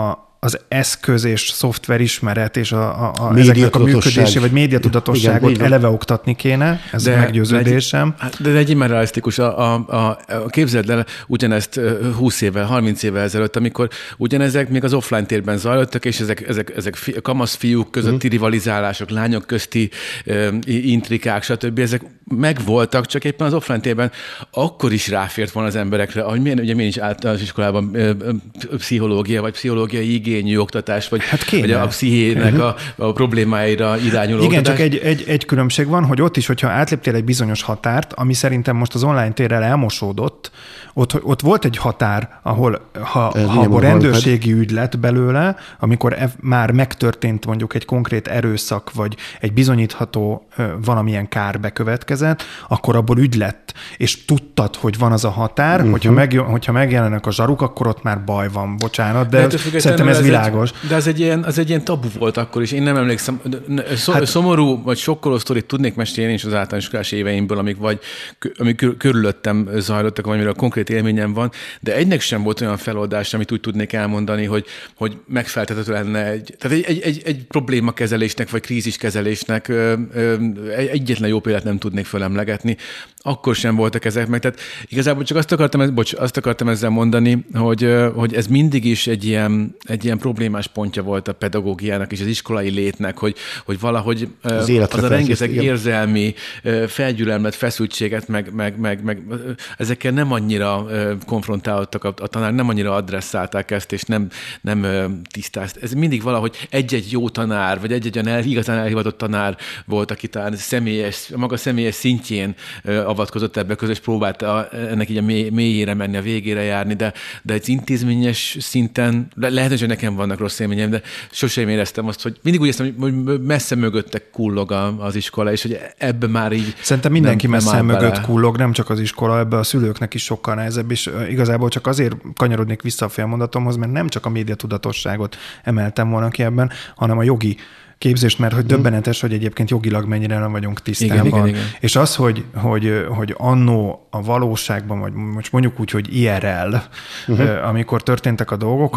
az eszköz és szoftver ismeret és ezeknek a működésé, vagy médiatudatosságot eleve oktatni kéne, ez meggyőződésem. De legyél már realisztikus. Képzeld el ugyanezt 20 évvel, 30 évvel ezelőtt, amikor ugyanezek még az offline térben zajlottak, és ezek kamasz fiúk közötti rivalizálások, lányok közti intrikák, stb. Ezek megvoltak, csak éppen az offline térben akkor is ráfért volna az emberekre, ahogy miért is általános iskolában pszichológia, vagy pszichológiai igényű oktatás, vagy a pszichének a problémáira irányuló igen, oktatás. csak egy különbség van, hogy ott is, hogyha átléptél egy bizonyos határt, ami szerintem most az online térrel elmosódott, ott volt egy határ, ahol ha rendőrségi ügy lett belőle, amikor már megtörtént mondjuk egy konkrét erőszak, vagy egy bizonyítható valamilyen kár bekövetkezett, akkor abból ügy lett, és tudtad, hogy van az a határ, hogyha megjelennek a zsaruk, akkor ott már baj van, bocsánat, de szerintem ez világos. De az egy ilyen tabu volt akkor is. Én nem emlékszem, szomorú vagy sokkoló sztorit tudnék mesélni is az általános iskolás éveimből, amik körülöttem zajlottak, vagy amire a konkrét élményem van, de egynek sem volt olyan feloldás, amit úgy tudnék elmondani, hogy megfeleltethető lenne egy problémakezelésnek, vagy kríziskezelésnek egyetlen jó példát nem tudnék fölemlegetni. Akkor sem voltak ezek meg. Tehát igazából csak azt akartam ezzel mondani, hogy ez mindig is egy ilyen problémás pontja volt a pedagógiának és az iskolai létnek, hogy valahogy az a rengeteg érzelmi felgyülemlet, feszültséget, meg ezekkel nem annyira konfrontáltak a tanár, nem annyira adresszálták ezt, és nem tisztázták. Ez mindig valahogy egy-egy jó tanár, vagy egy-egy igazán elhivatott tanár volt, aki talán maga személyes szintjén avatkozott ebbe közös, próbálta ennek így a mélyére menni, a végére járni, de egy intézményes szinten, lehet, hogy nekem vannak rossz élményeim, de sosem éreztem azt, hogy mindig úgy éreztem, hogy messze mögöttek kullog az iskola, és hogy ebbe már így szerintem mindenki messze mögött kullog, nem csak az iskola, ebbe a szülőknek is sokkal nehezebb, és igazából csak azért kanyarodnék vissza a félmondatomhoz, mert nem csak a médiatudatosságot emeltem volna ki ebben, hanem a jogi képzést, mert hogy döbbenetes, hogy egyébként jogilag mennyire nem vagyunk tisztában. Igen. És az, hogy annó a valóságban, vagy most mondjuk úgy, hogy IRL, amikor történtek a dolgok,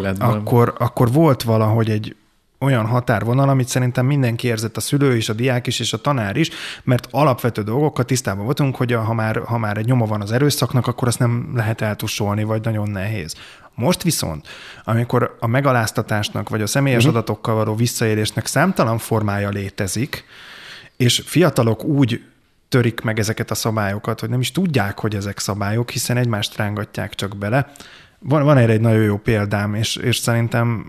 akkor volt valahogy egy olyan határvonal, amit szerintem mindenki érzett, a szülő is, a diák is, és a tanár is, mert alapvető dolgokkal tisztában voltunk, hogy ha már egy nyoma van az erőszaknak, akkor azt nem lehet eltussolni, vagy nagyon nehéz. Most viszont, amikor a megaláztatásnak, vagy a személyes adatokkal való visszaélésnek számtalan formája létezik, és fiatalok úgy törik meg ezeket a szabályokat, hogy nem is tudják, hogy ezek szabályok, hiszen egymást rángatják csak bele. Van erre egy nagyon jó példám, és szerintem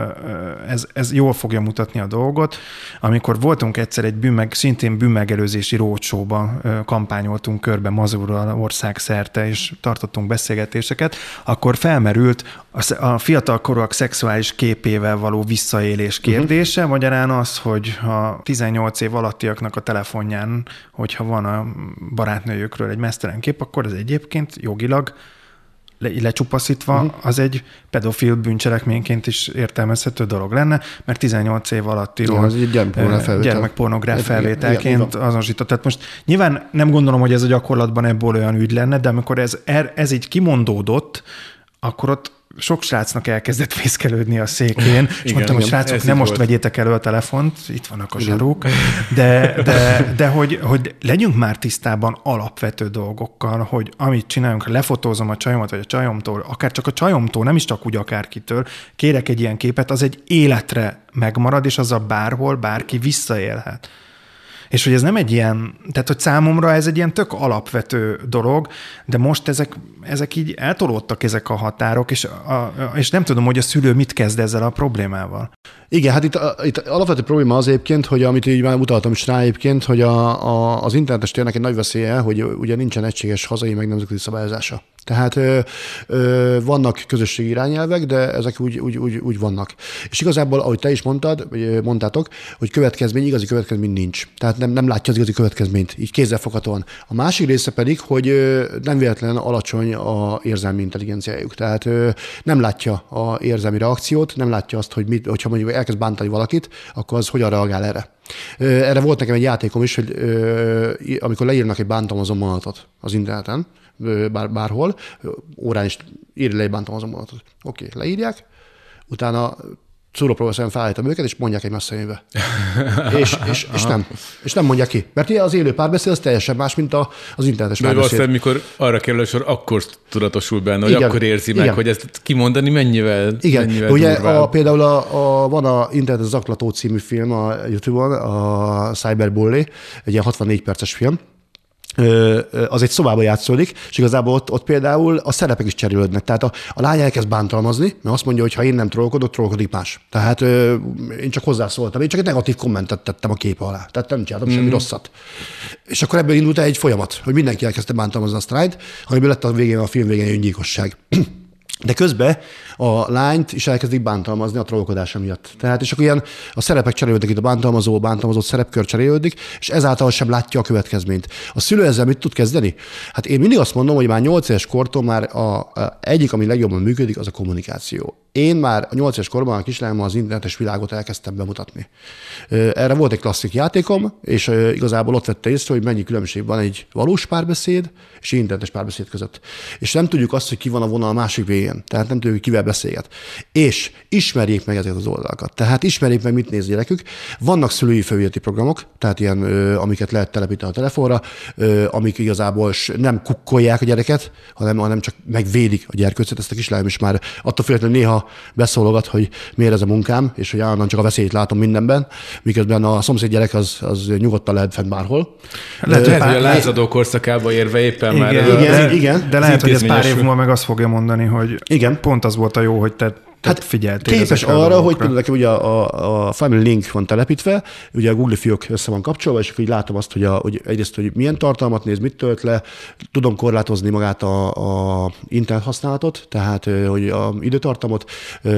ez jól fogja mutatni a dolgot. Amikor voltunk egyszer egy szintén bűnmegelőzési roadshow-ban, kampányoltunk körbe Mazurral országszerte, és tartottunk beszélgetéseket, akkor felmerült a fiatalkorúak szexuális képével való visszaélés kérdése, magyarán az, hogy a 18 év alattiaknak a telefonján, hogyha van a barátnőjükről egy meztelen kép, akkor ez egyébként jogilag lecsupaszítva, az egy pedofil bűncselekményként is értelmezhető dolog lenne, mert 18 év alattiról gyermekpornográf felvételként azonosított. Tehát most nyilván nem gondolom, hogy ez a gyakorlatban ebből olyan ügy lenne, de amikor ez így kimondódott, akkor ott sok srácnak elkezdett fészkelődni a székén, és mondtam, hogy srácok, nem most vegyétek elő a telefont, itt vannak a zsaruk, de hogy legyünk már tisztában alapvető dolgokkal, hogy amit csináljunk, lefotózom a csajomat, vagy a csajomtól, akár csak a csajomtól, nem is csak úgy akárkitől, kérek egy ilyen képet, az egy életre megmarad, és azzal bárhol bárki visszaélhet. És hogy ez nem egy ilyen, tehát hogy számomra ez egy ilyen tök alapvető dolog, de most ezek így eltolódtak ezek a határok, és nem tudom, hogy a szülő mit kezd ezzel a problémával. Igen, hát itt alapvető probléma az egyébként, hogy amit így már mutattam is rá egyébként, hogy az internetes térnek egy nagy veszélye, hogy ugye nincsen egységes hazai meg nemzetközi szabályozása. Tehát vannak közösségi irányelvek, de ezek úgy vannak. És igazából, ahogy te is mondtátok, hogy igazi következmény nincs. Tehát nem látja az igazi következményt, így kézzelfoghatóan. A másik része pedig, hogy nem véletlenül alacsony a érzelmi intelligenciájuk. Tehát nem látja a érzelmi reakciót, nem látja azt, hogyha mondjuk elkezd bántani valakit, akkor az hogyan reagál erre. Erre volt nekem egy játékom is, hogy amikor leírnak egy bántalmazó mondatot az interneten, bárhol, órán is írj le egy bántalmazó mondatot. Oké, leírják, utána szúrópróbaszerűen felállítom őket, és mondják egy messzejébe. és nem mondják ki. Mert az élő párbeszéd az teljesen más, mint az internetes párbeszéd. Valószínűleg, mikor arra kerül a sor, akkor tudatosul benne, hogy akkor érzi meg, hogy ezt kimondani mennyivel ugye durvább. Például van a Internet zaklató című film a YouTube-on, a Cyberbully, egy ilyen 64 perces film, az egy szobában játszódik, és igazából ott például a szerepek is cserélődnek. Tehát a lány elkezd bántalmazni, mert azt mondja, hogy ha én nem trollkodok, trollkodik más. Tehát én csak hozzászóltam, én csak egy negatív kommentet tettem a kép alá. Tehát nem csináltam semmi rosszat. És akkor ebből indult egy folyamat, hogy mindenki elkezdte bántalmazni a sztrájt, amiből lett a film végén öngyilkosság. De közben a lányt is elkezdik bántalmazni a trollkodása miatt. Tehát és akkor ilyen a szerepek cserélődik, itt a bántalmazó szerepkör cserélődik, és ezáltal sem látja a következményt. A szülő ezzel mit tud kezdeni? Hát én mindig azt mondom, hogy már 8 éves kortól már egyik, ami legjobban működik, az a kommunikáció. Én már a 8 éves korban a kislányommal az internetes világot elkezdtem bemutatni. Erre volt egy klasszik játékom, és igazából ott vette észre, hogy mennyi különbség van egy valós párbeszéd és internetes párbeszéd között. És nem tudjuk azt, hogy ki van a vonal a másik végén. Tehát nem tudjuk, hogy kivel beszélget. És ismerjék meg ezeket az oldalakat. Tehát ismerjék meg, mit néz gyerekük. Vannak szülői felügyeleti programok, tehát ilyen, amiket lehet telepíteni a telefonra, amik igazából nem kukkolják a gyereket, hanem csak megvédik a gyerkőcet. Ezt a kislányom is már attól függetlenül néha beszólogat, hogy miért ez a munkám, és hogy állandóan csak a veszélyt látom mindenben, miközben a szomszéd gyerek az nyugodtan lehet fenn bárhol. Lehet, hogy a lázadó korszakába érve éppen igen, már... Igen. De lehet, hogy ez pár év múlva meg azt fogja mondani, hogy igen. Pont az volt a jó, hogy te figyeltél. Képes arra, hogy például nekem ugye a Family Link van telepítve, ugye a Google fiók össze van kapcsolva, és akkor így látom azt, hogy egyrészt, hogy milyen tartalmat néz, mit tölt le, tudom korlátozni magát a internet használatot, tehát hogy a időtartamot,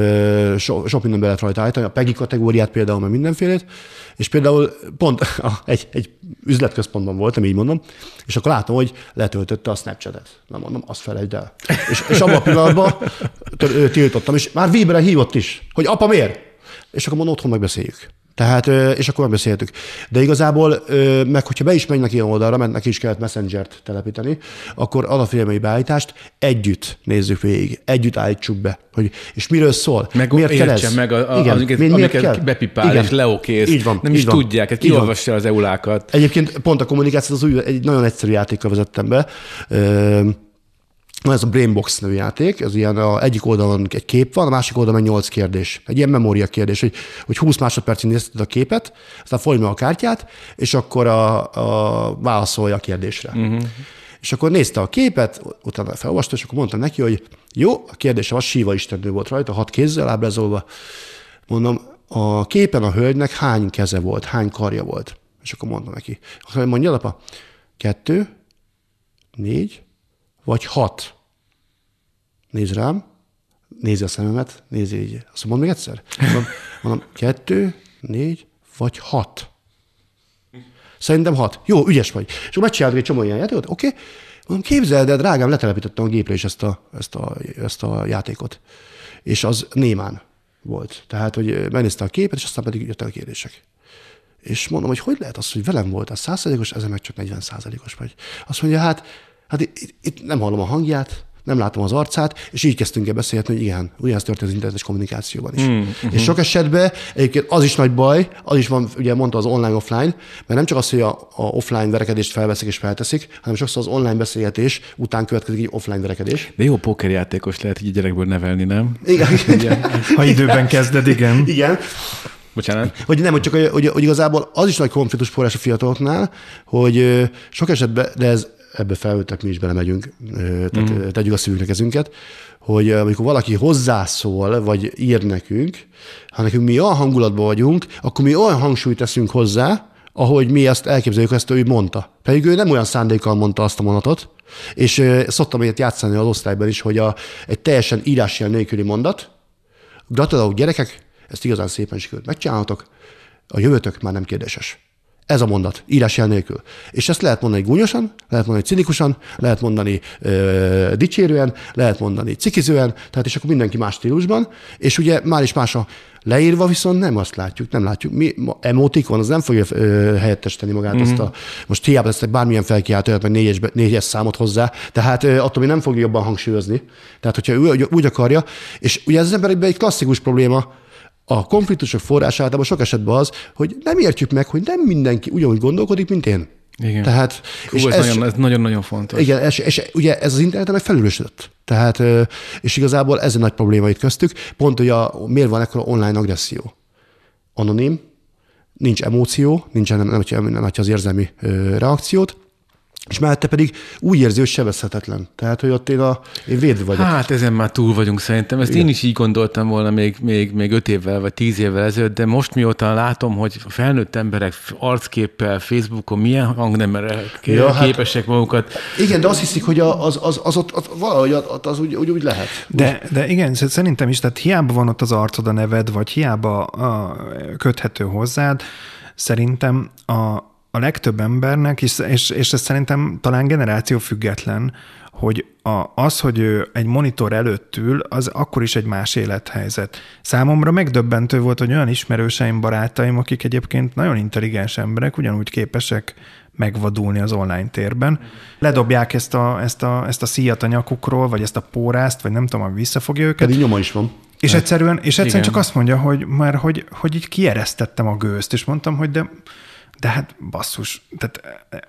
sok minden be lehet rajta állítani, a PEGI kategóriát például, meg mindenfélét, és például pont egy üzletközpontban voltam, így mondom, és akkor látom, hogy letöltötte a Snapchatet. Nem mondom, azt felejtsd el. És abban a pillanatban tiltottam, és már Vibre hívott is, hogy apa miért? És akkor mondom, otthon megbeszéljük. Tehát, és akkor megbeszéltük. De igazából, meg hogyha be is mennek ilyen oldalra, mert neki is kellett Messengert telepíteni, akkor alapfigyelmei beállítást együtt nézzük végig, együtt állítsuk be. És miről szól? Meg miért kell ez? Meg amiket bepipál és leokész. Így van, nem is tudják, kiolvassa az eulákat. Egyébként pont a kommunikációt az egy nagyon egyszerű játékkal vezettem be. Ez a Brainbox nevű játék, ez ilyen egyik oldalon egy kép van, a másik oldalon 8 kérdés. Egy ilyen memória kérdés, hogy 20 másodpercig nézted a képet, aztán fogj meg a kártyát, és akkor válaszolja a kérdésre. Uh-huh. És akkor nézte a képet, utána felolvasta, és akkor mondtam neki, hogy jó, a kérdése az Síva istennő volt rajta, 6 kézzel ábrázolva. Mondom, a képen a hölgynek hány keze volt, hány karja volt? És akkor mondtam neki. Akkor mondja, apa, 2, 4, vagy 6. Nézd rám, nézd a szememet, nézd így. Azt mondom még egyszer? Mondom 2, 4, vagy 6. Szerintem 6. Jó, ügyes vagy. És akkor megcsináltuk egy csomó ilyen játékot, oké. Mondom, képzeld, de drágám, letelepítettem a gépre is ezt a játékot. És az némán volt. Tehát, hogy megnézte a képet, és aztán pedig jöttek a kérdések. És mondom, hogy lehet az, hogy velem voltál 100%-os, ezen meg csak 40%-os vagy. Azt mondja, hát itt nem hallom a hangját, nem látom az arcát, és így kezdtünk el beszélni, hogy igen, ugyanezt történt az internetes kommunikációban is. És sok esetben egyébként az is nagy baj, az is van, ugye mondta az online-offline, mert nem csak az, hogy a offline verekedést felveszik és felteszik, hanem sokszor az online beszélgetés után következik egy offline verekedés. De jó pókerjátékos lehet így a gyerekből nevelni, nem? Igen. Ha időben kezded, igen. Igen. Bocsánat. Hogy nem, hogy igazából az is nagy konfliktus forrás a fiataloknál, hogy sok esetben, de ebbe felültek, mi is belemegyünk, tehát tegyük a szívünkre kezünket, hogy amikor valaki hozzászól, vagy ír nekünk, ha nekünk mi olyan hangulatban vagyunk, akkor mi olyan hangsúlyt teszünk hozzá, ahogy mi ezt elképzeljük, ezt ő mondta. Pedig ő nem olyan szándékkal mondta azt a mondatot, és szoktam ilyet játszani az osztályban is, hogy egy teljesen írásjel nélküli mondat, gratulálok gyerekek, ezt igazán szépen sikerült megcsinálhatok, a jövőtök már nem kérdéses. Ez a mondat, írásjel nélkül. És ezt lehet mondani gúnyosan, lehet mondani cinikusan, lehet mondani dicsérően, lehet mondani cikizően, tehát és akkor mindenki más stílusban, és ugye már is más a leírva, viszont nem azt látjuk, nem látjuk. Mi emotikon, az nem fogja helyettesíteni magát azt a, most hiába tesznek bármilyen felkiáltóját, meg négyes számot hozzá, tehát attól mi nem fogja jobban hangsúlyozni. Tehát, hogyha ő úgy akarja, és ugye ez az emberekben egy klasszikus probléma, a konfliktusok forrása általában sok esetben az, hogy nem értjük meg, hogy nem mindenki ugyanúgy gondolkodik, mint én. Igen. Tehát, és ez nagyon-nagyon fontos. Igen, és ugye ez az interneten meg felülősödött. Tehát, és igazából ez egy nagy probléma itt köztük. Pont, hogy miért van ekkora online agresszió? Anonim, nincs emóció, nem az érzelmi reakciót, és mellette pedig úgy érzi, hogy sebezhetetlen. Tehát, hogy ott én védve vagyok. Hát ezen már túl vagyunk szerintem. Ezt igen. Én is így gondoltam volna még 5 évvel, vagy 10 évvel ezelőtt, de most mióta látom, hogy felnőtt emberek arcképpel, Facebookon milyen hangnemre képesek magukat. Igen, de azt hiszik, hogy az ott valahogy az úgy lehet. De igen, szerintem is, tehát hiába van ott az arcod, a neved, vagy hiába köthető hozzád, szerintem a legtöbb embernek, és ez szerintem talán generáció független, hogy az, hogy ő egy monitor előtt ül, az akkor is egy más élethelyzet. Számomra megdöbbentő volt, hogy olyan ismerőseim, barátaim, akik egyébként nagyon intelligens emberek, ugyanúgy képesek megvadulni az online térben. Ledobják ezt a szíjat a nyakukról, vagy ezt a pórázt, vagy nem tudom, hogy visszafogja őket. Pedig nyoma is van. És egyszerűen csak azt mondja, hogy így kieresztettem a gőzt, és mondtam, hogy de hát basszus, tehát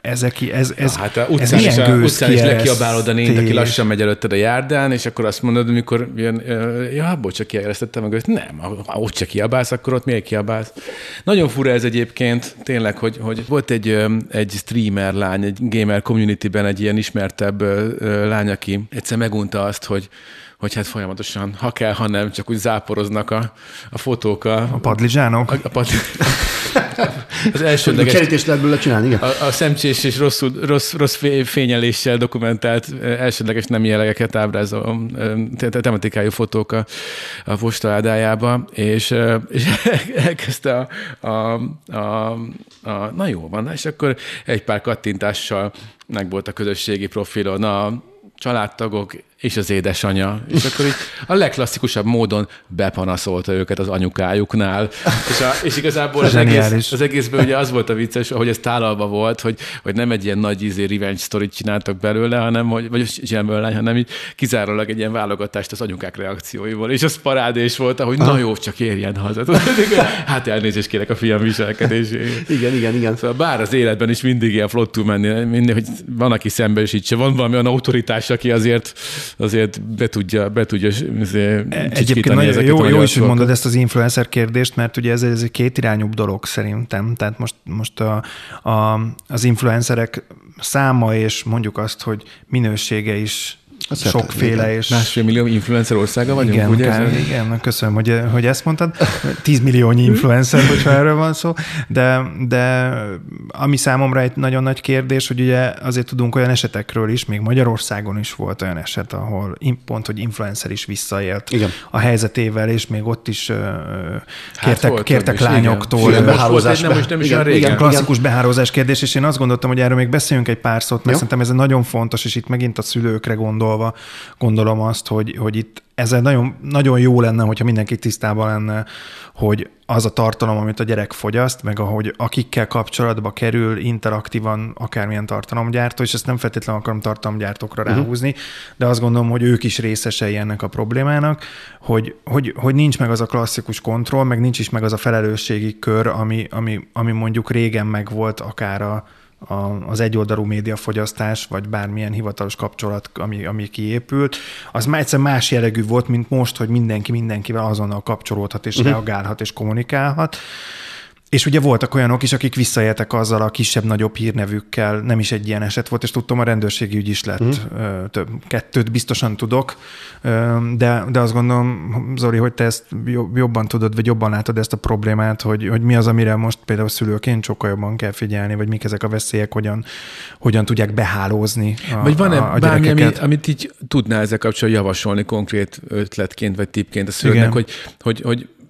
ez hát a utcán is lekiabálod a nént, aki lassan megy előtted a járdán, és akkor azt mondod, amikor jön, bocs, csak kieresztettem meg, nem, ha ott csak kiabálsz, akkor ott miért kiabálsz? Nagyon fura ez egyébként, tényleg, hogy volt egy streamer lány, egy gamer communityben egy ilyen ismertebb lány, aki egyszer megunta azt, hogy hát folyamatosan, ha kell, ha nem, csak úgy záporoznak a fotók. A padlizsánok? Az elsődleges... Kerítést lehet belőle csinálni, igen. A szemcsés és rossz fényeléssel dokumentált elsődleges nemi jellegeket ábrázoló tematikájú fotók a postaládájába, és elkezdte na jó van, és akkor egy pár kattintással meg volt a közösségi profilon a családtagok és az édesanyja. És akkor így a legklasszikusabb módon bepanaszolta őket az anyukájuknál. És igazából az egészben ugye az volt a vicces, ahogy ez tálalva volt, hogy nem egy ilyen nagy revenge sztorit csináltak belőle, hanem így kizárólag egy ilyen válogatást az anyukák reakcióiból. És az parádés volt, ahogy na jó, csak érjen haza. Hát elnézést kérek a fiam viselkedéséért. Igen. Szóval bár az életben is mindig ilyen flott tud menni, hogy van, aki szembesítse, van valami olyan autoritás, aki azért be tudja Egyébként nagyon jó is, hogy mondod ezt az influencer kérdést, mert ugye ez egy kétirányúbb dolog szerintem. Tehát most az influencerek száma és mondjuk azt, hogy minősége is sokféle. És 1,5 millió influencer országa vagyunk, igen, ugye? Igen, köszönöm, hogy ezt mondtad. 10 milliónyi influencer, hogyha erről van szó. De ami számomra egy nagyon nagy kérdés, hogy ugye azért tudunk olyan esetekről is, még Magyarországon is volt olyan eset, ahol pont, hogy influencer is visszaélt a helyzetével, és még ott is kértek lányoktól. Igen, klasszikus behálózás kérdés, és én azt gondoltam, hogy erről még beszéljünk egy pár szót, mert szerintem ez nagyon fontos, és itt megint a szülőkre gondolom azt, hogy itt ezzel nagyon, nagyon jó lenne, hogyha mindenki tisztában lenne, hogy az a tartalom, amit a gyerek fogyaszt, meg ahogy akikkel kapcsolatba kerül interaktívan akármilyen tartalomgyártó, és ezt nem feltétlenül akarom tartalomgyártókra ráhúzni, de azt gondolom, hogy ők is részesei ennek a problémának, hogy nincs meg az a klasszikus kontroll, meg nincs is meg az a felelősségi kör, ami mondjuk régen megvolt akár az egyoldalú médiafogyasztás, vagy bármilyen hivatalos kapcsolat, ami kiépült, az már egyszer más jellegű volt, mint most, hogy mindenkivel azonnal kapcsolódhat, és reagálhat, és kommunikálhat. És ugye voltak olyanok is, akik visszaéltek azzal a kisebb-nagyobb hírnevükkel, nem is egy ilyen eset volt, és tudtam, a rendőrségi ügy is lett, kettőt biztosan tudok, de azt gondolom, Zoli, hogy te ezt jobban tudod, vagy jobban látod ezt a problémát, hogy mi az, amire most például szülőként sokkal jobban kell figyelni, vagy mik ezek a veszélyek, hogyan tudják behálózni vagy van-e bármi, amit így tudná ezzel kapcsolatban javasolni konkrét ötletként, vagy tippként a szülőnek, hogy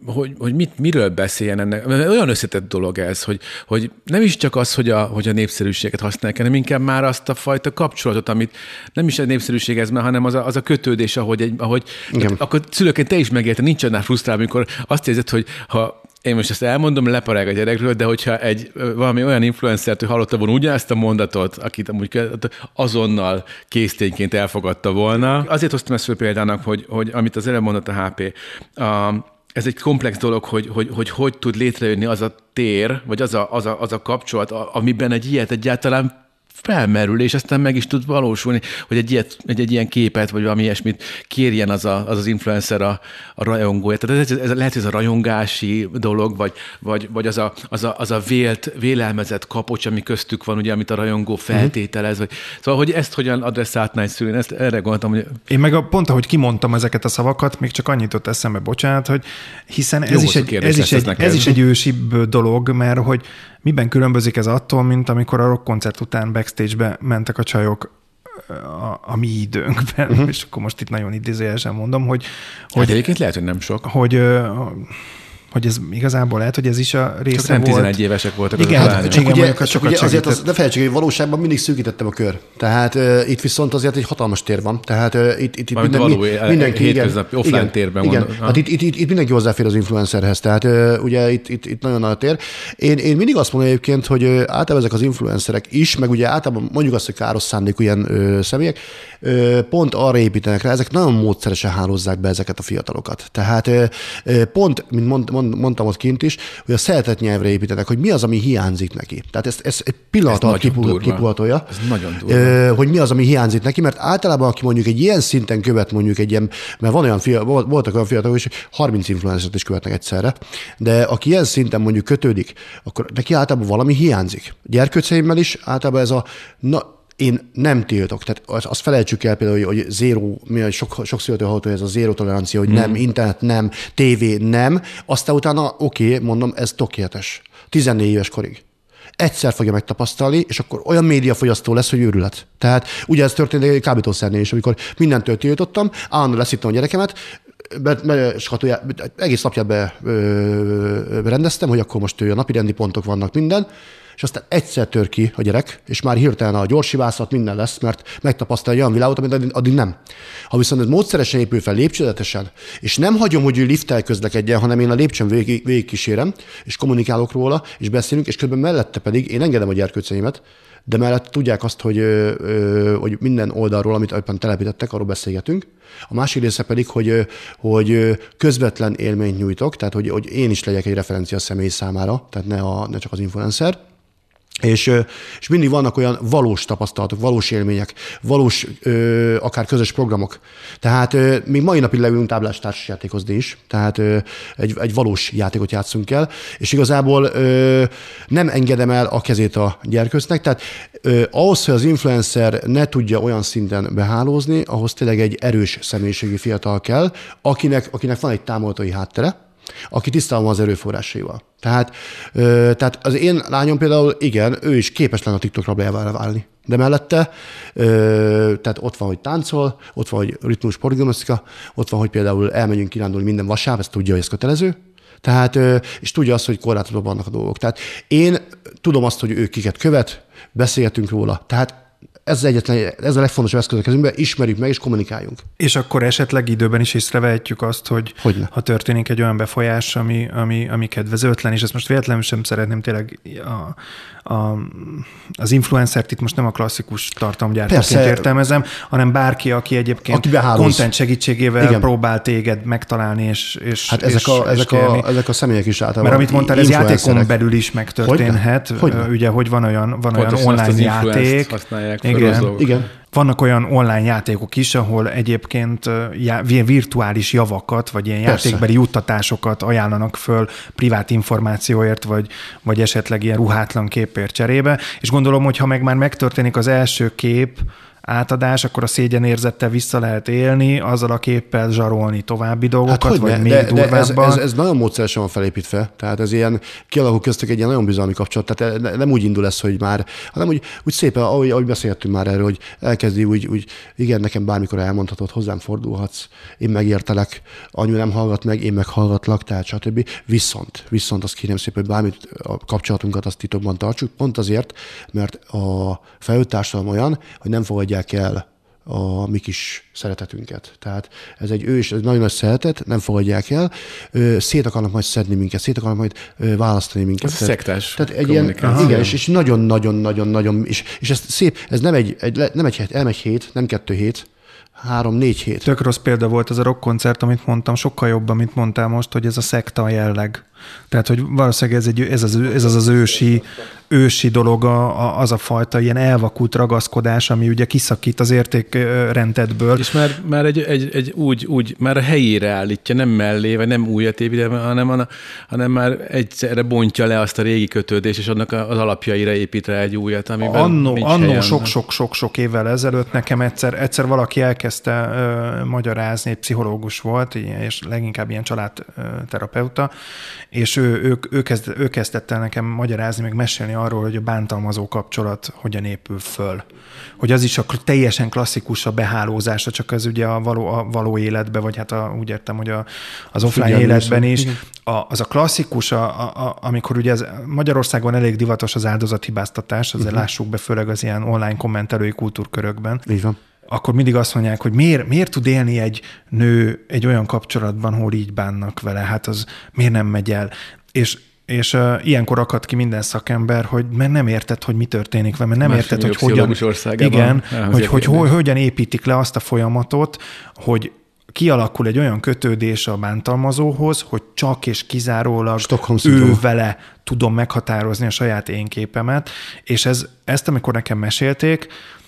miről beszéljen ennek. Olyan összetett dolog ez, hogy nem is csak az, hogy a népszerűséget használják, hanem inkább már azt a fajta kapcsolatot, amit nem is a népszerűség ez, hanem az a kötődés, ahogy akkor szülőként te is megérted, nincs annál frusztrál, amikor azt érzed, hogy ha én most ezt elmondom, leparág a gyerekről, de hogyha valami olyan influencertől hallotta volna ugyanezt a mondatot, akit amúgy azonnal késztényként elfogadta volna. Azért hoztam ezt föl példának, hogy amit az előbb mondott a HP, ez egy komplex dolog, hogy tud létrejönni az a tér, vagy az a kapcsolat, amiben egy ilyet egyáltalán felmerül, és aztán meg is tud valósulni, hogy egy ilyen képet, vagy valami ilyesmit kérjen az influencer a rajongója. Tehát ez lehet, hogy ez a rajongási dolog, vagy az a vélelmezett kapocs, ami köztük van, ugye, amit a rajongó feltételez. Szóval, hogy ezt hogyan adresszáltná egy szülőn, ezt erre gondoltam, hogy... Én meg pont, ahogy kimondtam ezeket a szavakat, még csak annyit ott eszembe, bocsánat, hogy hiszen ez is egy ősibb dolog, mert hogy miben különbözik ez attól, mint amikor a rockkoncert után backstage-be mentek a csajok a mi időnkben, és akkor most itt nagyon idézőjelesen mondom, hogy egyébként lehet, hogy nem sok. Hogy ez igazából lehet, hogy ez is a része csak nem volt. 11 évesek voltak. Igen, csak ugye azért ne felejtsük, hogy valóságban mindig szűkítettem a kör. Tehát itt viszont azért egy hatalmas tér van. Tehát itt mindenki hétköznapi offline térben van. Hát itt mindenki hozzáfér az influencerhez. Tehát ugye itt nagyon nagy a tér. Én mindig azt mondom egyébként, hogy általában ezek az influencerek is, meg ugye általában mondjuk azt, hogy káros szándékú ilyen személyek, pont arra építenek rá, ezek nagyon módszeresen hálózzák be ezeket a fiatalokat. Tehát pont, mint mondtam ott kint is, hogy a szeretett nyelvre építenek, hogy mi az, ami hiányzik neki. Tehát ez egy pillanat alatt kipulatolja. Ez nagyon durva. Hogy mi az, ami hiányzik neki, mert általában, aki mondjuk egy ilyen szinten követ mondjuk egy ilyen, mert voltak olyan fiatalok is, 30 influencert is követnek egyszerre, de aki ilyen szinten mondjuk kötődik, akkor neki általában valami hiányzik. Gyerkőceimmel is általában ez én nem tiltok. Tehát azt felejtsük el például, hogy zéró, sok szülőtől hallott, hogy ez a zéró tolerancia, hogy nem, internet nem, tévé nem, aztán utána mondom, ez tökéletes. 14 éves korig. Egyszer fogja megtapasztalni, és akkor olyan médiafogyasztó lesz, hogy őrület. Tehát ugye ez történt egy kábítószernél is, amikor mindentől tiltottam, állandóan leszittem a gyerekemet, egész napját berendeztem, hogy akkor most a napirendi pontok vannak minden, és aztán egyszer tör ki a gyerek, és már hirtelen a gyorsivászat minden lesz, mert megtapasztalja olyan világot, amit addig nem. Ha viszont ez módszeresen épül fel, lépcsőzetesen, és nem hagyom, hogy ő lifttel közlekedjen, hanem én a lépcsőn végigkísérem, és kommunikálok róla, és beszélünk, és közben mellette pedig én engedem a gyerkőceimet, de mellett tudják azt, hogy minden oldalról, amit éppen telepítettek, arról beszélgetünk. A másik része pedig, hogy közvetlen élményt nyújtok, tehát hogy én is legyek egy referencia személy számára, tehát ne csak az influencer. És mindig vannak olyan valós tapasztalatok, valós élmények, valós akár közös programok. Tehát még mai napig leülünk táblás társasjátékozni is, tehát egy valós játékot játszunk el, és igazából nem engedem el a kezét a gyerkőcnek, tehát ahhoz, hogy az influencer ne tudja olyan szinten behálózni, ahhoz tényleg egy erős személyiségű fiatal kell, akinek van egy támogatói háttere, aki tisztában van az erőforrásaival. Tehát az én lányom például, igen, ő is képes lenne a TikTok rabjára válni. De mellette, tehát ott van, hogy táncol, ott van, hogy ritmus sportgimnasztika, ott van, hogy például elmegyünk kirándulni minden vasárnap, ezt tudja, hogy ez kötelező. Tehát, és tudja azt, hogy korlátozva vannak a dolgok. Tehát én tudom azt, hogy ő kiket követ, beszélgetünk róla. Tehát ez a legfontosabb eszköz a kezünkben, ismerjük meg és kommunikáljunk. És akkor esetleg időben is észrevehetjük azt, hogy ha történik egy olyan befolyás, ami kedvezőtlen, és ezt most véletlenül sem szeretném tényleg az influencert itt most nem a klasszikus tartalomgyártóként értelmezem, hanem bárki, aki egyébként content segítségével próbál téged megtalálni, és hát ezek a személyek is általában. Mert amit mondtál, ez játékon belül is megtörténhet. Ugye, hogy van olyan online játék. Igen. Vannak olyan online játékok is, ahol egyébként virtuális javakat, vagy ilyen játékbeli juttatásokat ajánlanak föl privát információért, vagy esetleg ilyen ruhátlan képért cserébe. És gondolom, hogy ha meg már megtörténik az első kép, átadás, akkor a szégyenérzettel vissza lehet élni, azzal a képpel zsarolni további dolgokat, vagy még durvábban. Ez nagyon módszeresen van felépítve, tehát ez ilyen kialakul köztük egy ilyen nagyon bizalmi kapcsolat, tehát nem úgy indul ez, hogy már, hanem úgy szépen, ahogy beszéltünk már erről, hogy elkezdi úgy, igen, nekem bármikor elmondhatod, hozzám fordulhatsz, én megértelek, anyu nem hallgat meg, én meg hallgatlak, tehát stb. Viszont azt kérem szépen, hogy bármit a kapcsolatunkat azt titokban tartsuk, pont azért, mert a felnőtt társadalom olyan, hogy nem fogadják el a mi kis szeretetünket. Tehát ez egy nagyon nagy szeretet, nem fogadják el, szét akarnak majd szedni minket, szét akarnak majd választani minket. Ez szektás. Tehát egy ilyen, igen, és nagyon, és ez szép, ez nem egy hét, nem 2 hét, 3-4 hét. Tök rossz példa volt ez a rockkoncert, amit mondtam, sokkal jobb, amit mondtál most, hogy ez a szekta jelleg. Tehát, hogy valószínűleg ez az ősi dolog, az a fajta ilyen elvakult ragaszkodás, ami ugye kiszakít az értékrendedből. És már úgy már a helyére állítja, nem mellé, vagy nem újat épít, hanem már egyszerre bontja le azt a régi kötődést, és annak az alapjaira épít rá egy újat, amiben annó sok évvel ezelőtt nekem egyszer valaki elkezdte magyarázni, egy pszichológus volt, és leginkább ilyen családterapeuta, és ő kezdett el nekem magyarázni, meg mesélni arról, hogy a bántalmazó kapcsolat hogyan épül föl. Hogy az is a teljesen klasszikus a behálózása, csak az ugye a való életben, vagy hát úgy értem, hogy az offline életben is. Az a klasszikus, amikor ugye Magyarországon elég divatos az áldozathibáztatás, azért lássuk be, főleg az ilyen online kommentelői kultúrkörökben. Így van. Akkor mindig azt mondják, hogy miért tud élni egy nő egy olyan kapcsolatban, hol így bánnak vele, hát az miért nem megy el. És ilyenkor akad ki minden szakember, hogy mert nem érted, hogy mi történik vele, mert nem érted, hogy hogyan építik le azt a folyamatot, hogy kialakul egy olyan kötődés a bántalmazóhoz, hogy csak és kizárólag ő vele tudom meghatározni a saját énképemet, és ezt amikor nekem mesélték,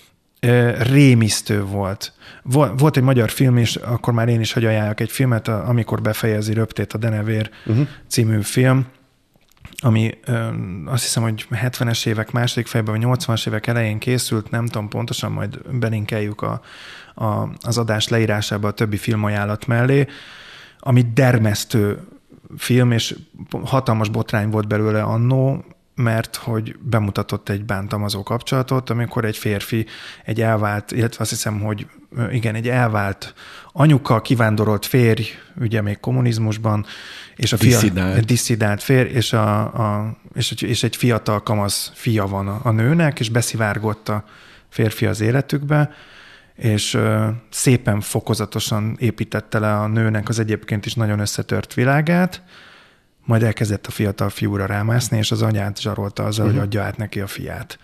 rémisztő volt. Volt egy magyar film, és akkor már én is hogy ajánljak egy filmet, Amikor befejezi röptét a denevér című film, ami azt hiszem, hogy 70-es évek második fejében, vagy 80-as évek elején készült, nem tudom pontosan, majd belinkeljük az adás leírásába a többi filmajánlat mellé, ami dermesztő film, és hatalmas botrány volt belőle annó, mert hogy bemutatott egy bántalmazó kapcsolatot, amikor egy férfi, egy elvált, illetve azt hiszem, hogy igen, egy elvált anyuka, kivándorolt férj, ugye még kommunizmusban, és a disszidált férj, és egy fiatal kamasz fia van a nőnek, és beszivárgott a férfi az életükbe, és szépen fokozatosan építette le a nőnek az egyébként is nagyon összetört világát, majd elkezdett a fiatal fiúra rámászni, és az anyát zsarolta azzal, hogy adja át neki a fiát.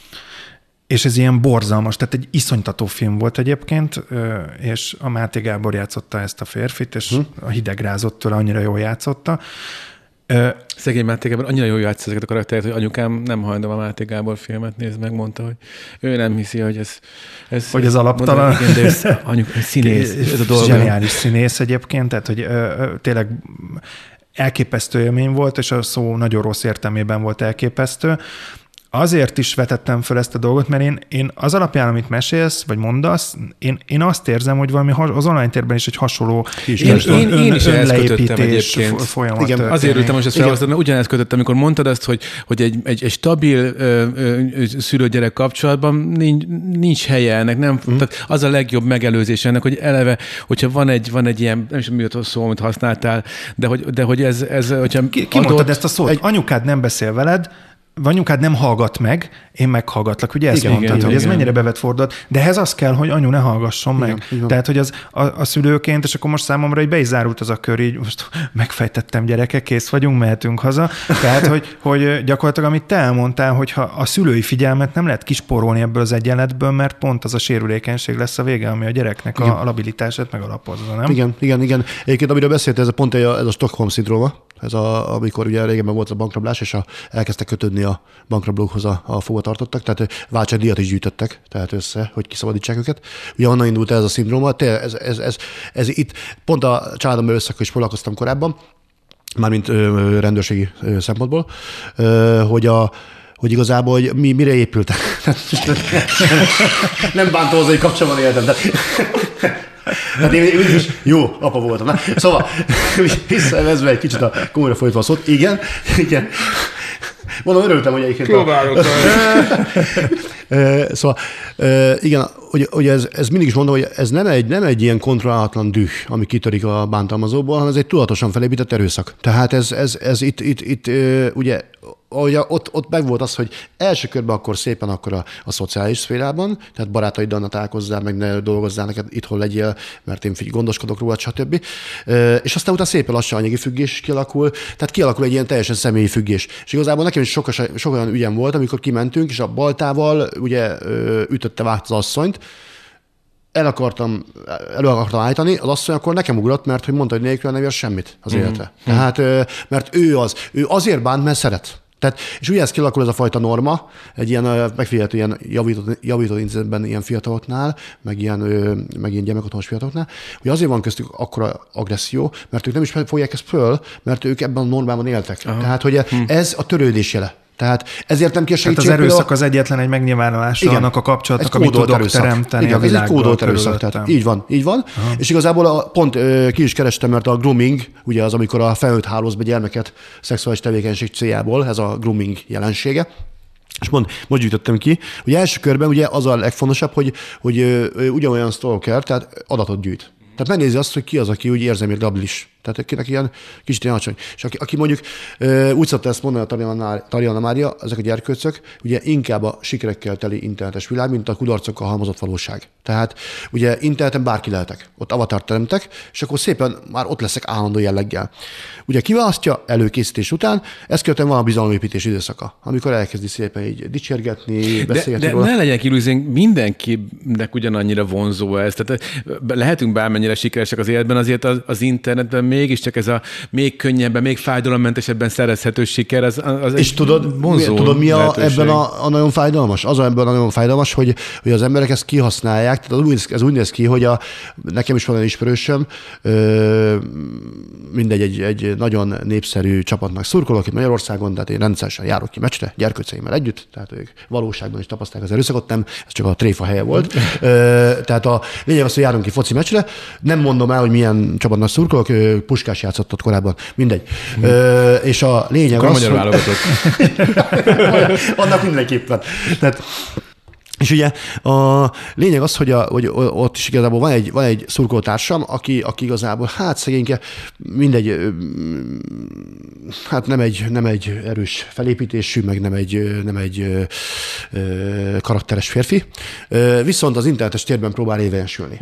És ez ilyen borzalmas, tehát egy iszonytató film volt egyébként, és a Máté Gábor játszotta ezt a férfit, és a hideg rázott tőle, annyira jól játszotta. Szegény Máté Gábor annyira jól játszott ezeket a karaktereket, hogy anyukám nem hajlandó a Máté Gábor filmet nézni, megmondta, hogy ő nem hiszi, hogy ez hogy ez alaptalan. Mondom, igen, de ez színész, ez a dolog. Zseniális színész egyébként, tehát hogy tényleg elképesztő élmény volt, és a szó nagyon rossz értelmében volt elképesztő. Azért is vetettem föl ezt a dolgot, mert én az alapján, amit mesélsz, vagy mondasz, én azt érzem, hogy valami az online térben is egy hasonló én is ezt kötöttem egyébként. Folyamat. Igen, azért ültem most ezt felhoztani, mert ugyanezt kötöttem, amikor mondtad azt, hogy egy stabil szülő-gyerek kapcsolatban nincs helye ennek. Tehát az a legjobb megelőzés ennek, hogy eleve, hogyha van egy ilyen, nem is mi a szó, amit használtál, de hogy ez hogyha ki mondtad ezt a szót? Anyukád nem beszél veled, anyukád nem hallgat meg, én meghallgatlak. Ugye ezt mondtad, hogy ez mennyire bevett fordulat, de ehhez az kell, hogy anyu ne hallgasson meg. Tehát, hogy a szülőként, és akkor most számomra így be is zárult az a kör, így most megfejtettem, gyerekek, kész vagyunk, mehetünk haza. Tehát, hogy gyakorlatilag, amit te elmondtál, hogyha a szülői figyelmet nem lehet kisporolni ebből az egyenletből, mert pont az a sérülékenység lesz a vége, ami a gyereknek a labilitását megalapozza, nem? Igen. Egyébként, amiről beszéltél, ez a Stockholm-szindróma. Amikor ugye régebben volt a bankrablás, és elkezdtek kötődni a bankrablókhoz a fogvatartottak, tehát váltságdíjat is gyűjtöttek, tehát össze, hogy kiszabadítsák őket. Ugye onnan indult ez a szindróma, ez itt pont a családomban összekkal is foglalkoztam korábban, mármint rendőrségi szempontból, hogy hogy igazából hogy mire épült. Nem bántó hozzá, hogy kapcsolatban éltem. Hát én is jó apa voltam. Na, szóval visszavezve egy kicsit a komolyra folytva a szót. Igen. Mondom, örültem, hogy egyébként... Próbálok. Szóval, igen, hogy ez mindig is mondom, hogy ez nem egy ilyen kontrollálatlan düh, ami kitörik a bántalmazóból, hanem ez egy tudatosan felépített erőszak. Tehát ez itt ugye, ott meg volt az, hogy első körben akkor szépen akkor a szociális szférában, tehát barátaiddal ne találkozzál, meg ne dolgozzál, neked itthon legyél, mert én gondoskodok róla, stb. És aztán utána szépen lassan anyagi függés kialakul, tehát kialakul egy ilyen teljesen személyi függés. És igazából nekem is sok olyan ügyem volt, amikor kimentünk, és a baltával ugye ütötte, vágta az asszonyt, elő akartam állítani, az asszony akkor nekem ugrott, mert hogy mondta, hogy nélkül nem ér semmit az élete. Tehát, mert ő azért bánt, mert szeret. Tehát, és ugye ez kialakul ez a fajta norma, egy ilyen megfigyelhető ilyen javított incidentben ilyen fiataloknál, meg ilyen gyermekotthonos fiataloknál, hogy azért van köztük akkora agresszió, mert ők nem is fogják ezt föl, mert ők ebben a normában éltek. Aha. Tehát, hogy ez a törődés jele. Tehát ezért nem ki a segítség. Tehát az erőszak az egyetlen egy megnyilvánulása annak a kapcsolatnak, amit tudok teremteni a világban. Ez egy kódolt erőszak. Tehát így van. Aha. És igazából pont ki is kerestem, mert a grooming, ugye az, amikor a felnőtt hálóz be gyermeket szexuális tevékenység céljából, ez a grooming jelensége. És most gyűjtöttem ki, hogy első körben ugye az a legfontosabb, hogy ugyanolyan stalker, tehát adatot gyűjt. Tehát megnézi azt, hogy ki az, aki úgy érzelmileg labilis. Tehát akinek ilyen kicsit ilyen alacsony. És aki mondjuk úgy szokta ezt mondani a Tariana Mária, ezek a gyerkőcök, ugye inkább a sikerekkel teli internetes világ, mint a kudarcokkal halmozott valóság. Tehát ugye interneten bárki lehetek. Ott avatart teremtek, és akkor szépen már ott leszek állandó jelleggel. Ugye kiválasztja előkészítés után, ez követően van a bizalomépítés időszaka, amikor elkezdi szépen így dicsérgetni, beszélgetni róla. De ne legyenek illúzióink, mindenkinek ugyanannyira vonzó ez. Tehát lehetünk bármennyire sikeresek az életben, azért az internetben mégiscsak ez a még könnyebben, még fájdalommentesebben szerezhető siker, az és tudod mi ebben a nagyon fájdalmas? Az ebben a nagyon fájdalmas, hogy az emberek ezt kihasználják, tehát ez úgy néz ki, hogy nekem is van egy ismerősöm, mindegy, egy nagyon népszerű csapatnak szurkolok itt Magyarországon, tehát én rendszeresen járok ki meccsre, gyerkőceimmel együtt, tehát ők valóságban is tapasztalják az erőszakot, nem, ez csak a tréfa helye volt. Tehát a lényeg az, hogy járunk ki foci meccsre, nem mondom el, hogy milyen csapatnak szurkolok, Puskás játszott ott korábban, mindegy. És a lényeg akkor az, magyar válogatott. Annak mindenképpen. Tehát, és ugye a lényeg az, hogy ott is igazából van egy szurkolótársam, aki igazából szegényke, mindegy, hát nem egy erős felépítésű, meg nem egy karakteres férfi, viszont az internetes térben próbál érvényesülni.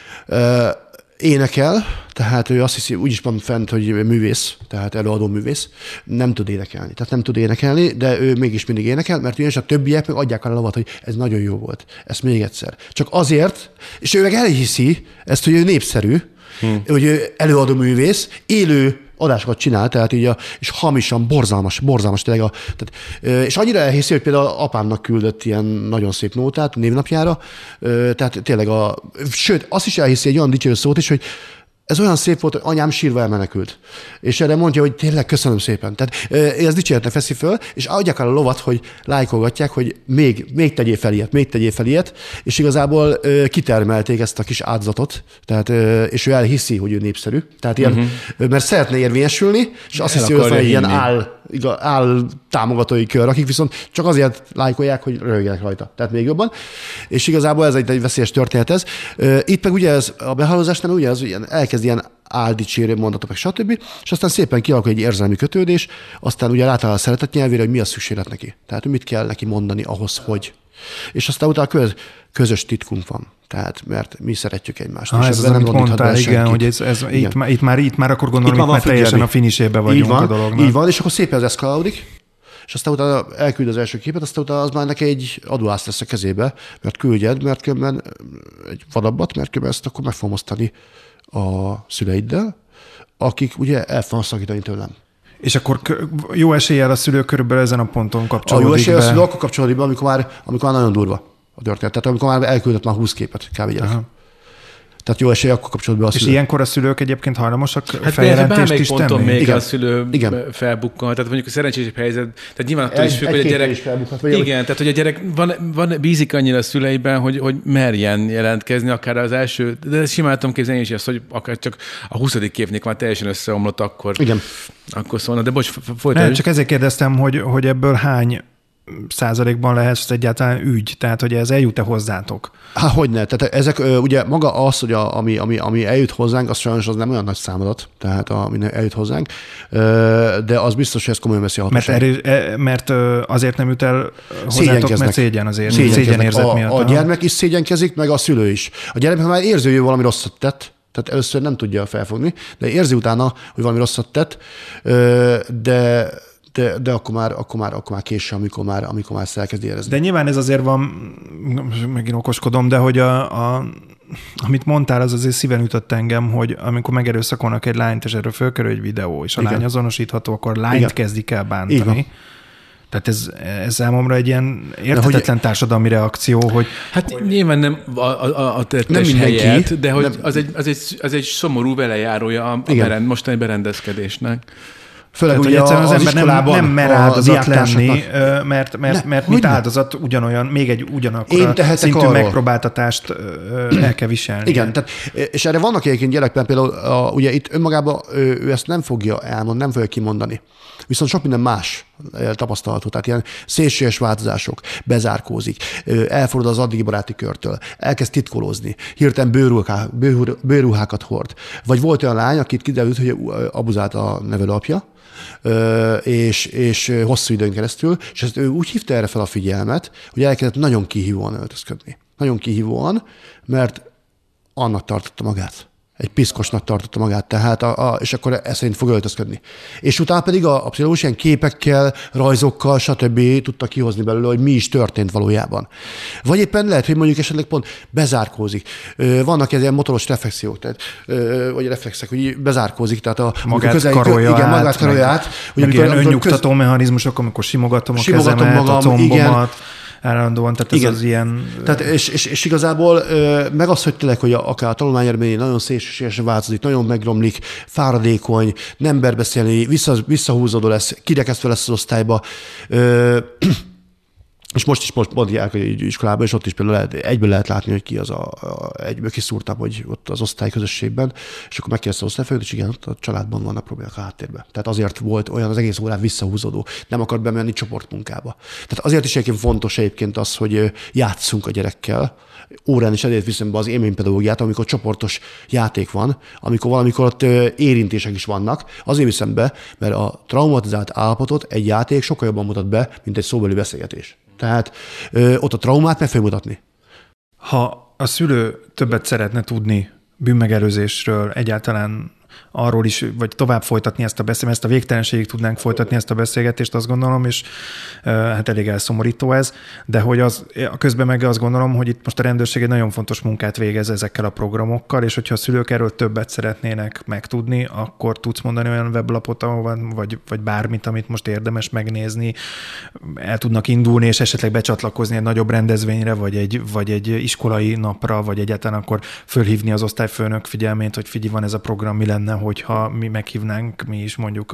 Énekel, tehát ő azt hiszi, úgyis van fent, hogy művész, tehát előadó művész, nem tud énekelni, de ő mégis mindig énekel, mert ugyanis a többiek meg adják a lavat, hogy ez nagyon jó volt, ezt még egyszer. Csak azért, és ő meg elhiszi ezt, hogy ő népszerű, hogy ő előadó művész, élő adásokat csinál, tehát így és hamisan, borzalmas tényleg. És annyira elhiszi, hogy például apámnak küldött ilyen nagyon szép nótát névnapjára, tehát tényleg sőt, azt is elhiszi egy olyan dicsérő szót is, hogy ez olyan szép volt, hogy anyám sírva elmenekült. És erre mondja, hogy tényleg köszönöm szépen. Tehát ez dicséretnek veszi föl, és adják el a lovat, hogy lájkolgatják, hogy még tegyél fel ilyet, és igazából kitermelték ezt a kis áldozatot, tehát, és ő elhiszi, hogy ő népszerű. Tehát ilyen, mert szeretne érvényesülni, és azt hiszi, hogy van egy ilyen áll támogatói kör, akik viszont csak azért lájkolják, hogy röhögjenek rajta. Tehát még jobban. És igazából ez egy veszélyes történet ez. Itt meg ugye ez a behálózásnál ugye ez elkezd ilyen áldicsérő mondatok, meg stb. És aztán szépen kialakul egy érzelmi kötődés, aztán ugye rátalál a szeretet nyelvére, hogy mi a szükséglet neki. Tehát mit kell neki mondani ahhoz, hogy. És aztán utána közös titkunk van. Tehát, mert mi szeretjük egymást. És ez az, amit mondtál, igen, hogy igen. Itt már akkor gondolom, itt már teljesen a finisébe vagyunk a dolognak. Így van, és akkor szépen ez eszkalálódik, és aztán utána elküld az első képet, aztán utána az már neki egy adóász lesz a kezébe, mert küldjed, mert különben egy vadabbat, mert különben ezt akkor meg fogom osztani a szüleiddel, akik ugye el fognak szakítani tőlem. És akkor jó eséllyel a szülő körülbelül ezen a ponton kapcsolódik. A jó eséllyel a szülő akkor kapcsolódik be, amikor már nagyon durva a történet. Tehát amikor már elküldött már 20 képet kb. Gyerek. Tehát jó esély akkor kapcsolatban a szülő. És ilyenkor a szülők egyébként hajlamosak hát feljelentést is tenni? Még igen. A szülő felbukkan. Tehát mondjuk a szerencsésebb helyzet, tehát nyilván attól is függ, hogy a gyerek... Igen, tehát hogy a gyerek bízik annyira a szüleiben, hogy merjen jelentkezni, akár az első, de simán tudom képzelni is azt, hogy akár csak a 20. évnél már teljesen összeomlott, akkor szólna. De bocs, folytasd. Csak ezért kérdeztem, hogy ebből hány százalékban lehet egyáltalán ügy? Tehát, hogy ez eljut-e hozzátok? Hát hogyne. Tehát ezek ugye maga az, hogy ami eljut hozzánk, az sajnos az nem olyan nagy számadat, tehát ami eljut hozzánk, de az biztos, hogy ez komolyan veszi a hatóság. Mert azért nem jut el hozzátok, mert szégyen azért. Szégyenérzet miatt. A gyermek is szégyenkezik, meg a szülő is. A gyermek már érzi, hogy valami rosszat tett, tehát először nem tudja felfogni, de érzi utána, hogy valami rosszat tett, de akkor már késő, amikor már elkezdi érezni. De nyilván ez azért van, megint okoskodom, de hogy amit mondtál, az azért szíven ütött engem, hogy amikor megerőszakolnak egy lányt, és erről fölkerül egy videó, és a lány azonosítható, akkor lányt kezdik el bántani. Tehát ez számomra egy ilyen érthetetlen társadalmi reakció, hogy... Hát nyilván nem a tettes helyet, de hogy az egy szomorú velejárója a mostani berendezkedésnek. Főleg ugye az ember nem mer áldozat lenni, mert mint áldozat ugyanolyan, még egy ugyanakkor szintű arról. Megpróbáltatást el kell viselni. Igen, tehát, és erre vannak egyébként gyerekben például, ugye itt önmagában ő ezt nem fogja elmondani, nem fogja kimondani. Viszont sok minden más tapasztalható, tehát ilyen szélsőséges változások, bezárkózik, elfordul az addigi baráti körtől, elkezd titkolózni, hirtelen bőrruhákat hord. Vagy volt olyan lány, akit kiderült, hogy abuzált a nevelőapja, és hosszú időn keresztül, és ezt ő úgy hívta erre fel a figyelmet, hogy elkezdett nagyon kihívóan öltözködni. Nagyon kihívóan, mert annak tartotta magát. Egy piszkosnak tartotta magát, tehát és akkor ezt szerint fog öltözködni. És utána pedig a pszichológus ilyen képekkel, rajzokkal, stb. Tudta kihozni belőle, hogy mi is történt valójában. Vagy éppen lehet, hogy mondjuk esetleg pont bezárkózik. Vannak ilyen motoros reflexiók, tehát, vagy reflexek, hogy bezárkózik, tehát magát karolja át. Meg ilyen önnyugtató mechanizmusok, amikor simogatom a kezemet, magam, a combomat. Igen. Állandóan, tehát ez az ilyen... Tehát, és igazából meg az, hogy tényleg, hogy akár a tanulmányeredmény nagyon szélsőségesen változik, nagyon megromlik, fáradékony, nem ber beszélni, visszahúzódó lesz, kirekesztve lesz az osztályba. És most is mondják egy iskolában, és ott is például egyből lehet látni, hogy ki az egyből kiszúrtam, hogy ott az osztályközösségben, és akkor megkérdezte az osztályfőt, és igen, ott a családban vannak problémák a háttérben. Tehát azért volt olyan az egész órán visszahúzódó, nem akart bemenni csoportmunkába. Tehát azért is egyébként fontos egyébként az, hogy játsszunk a gyerekkel, órán is elért viszem be az élménypedagógiát, amikor csoportos játék van, amikor valamikor ott érintések is vannak. Azért viszem be, mert a traumatizált állapotot egy játék sokkal jobban mutat be, mint egy szóbeli beszélgetés. Tehát ott a traumát meg fogja mutatni. Ha a szülő többet szeretne tudni bűnmegelőzésről, egyáltalán arról is, vagy tovább folytatni ezt a beszélgetést, ezt a végtelenségig tudnánk folytatni ezt a beszélgetést, azt gondolom, és hát elég elszomorító ez, de hogy közben meg azt gondolom, hogy itt most a rendőrség egy nagyon fontos munkát végez ezekkel a programokkal, és hogyha a szülők erről többet szeretnének megtudni, akkor tudsz mondani olyan weblapot, ahol van, vagy bármit, amit most érdemes megnézni, el tudnak indulni, és esetleg becsatlakozni egy nagyobb rendezvényre, vagy egy iskolai napra, vagy egyáltalán akkor fölhívni az osztályfőnök figyelmét, hogy figyelj, van ez a program, mi lenne, hogyha mi meghívnánk mi is mondjuk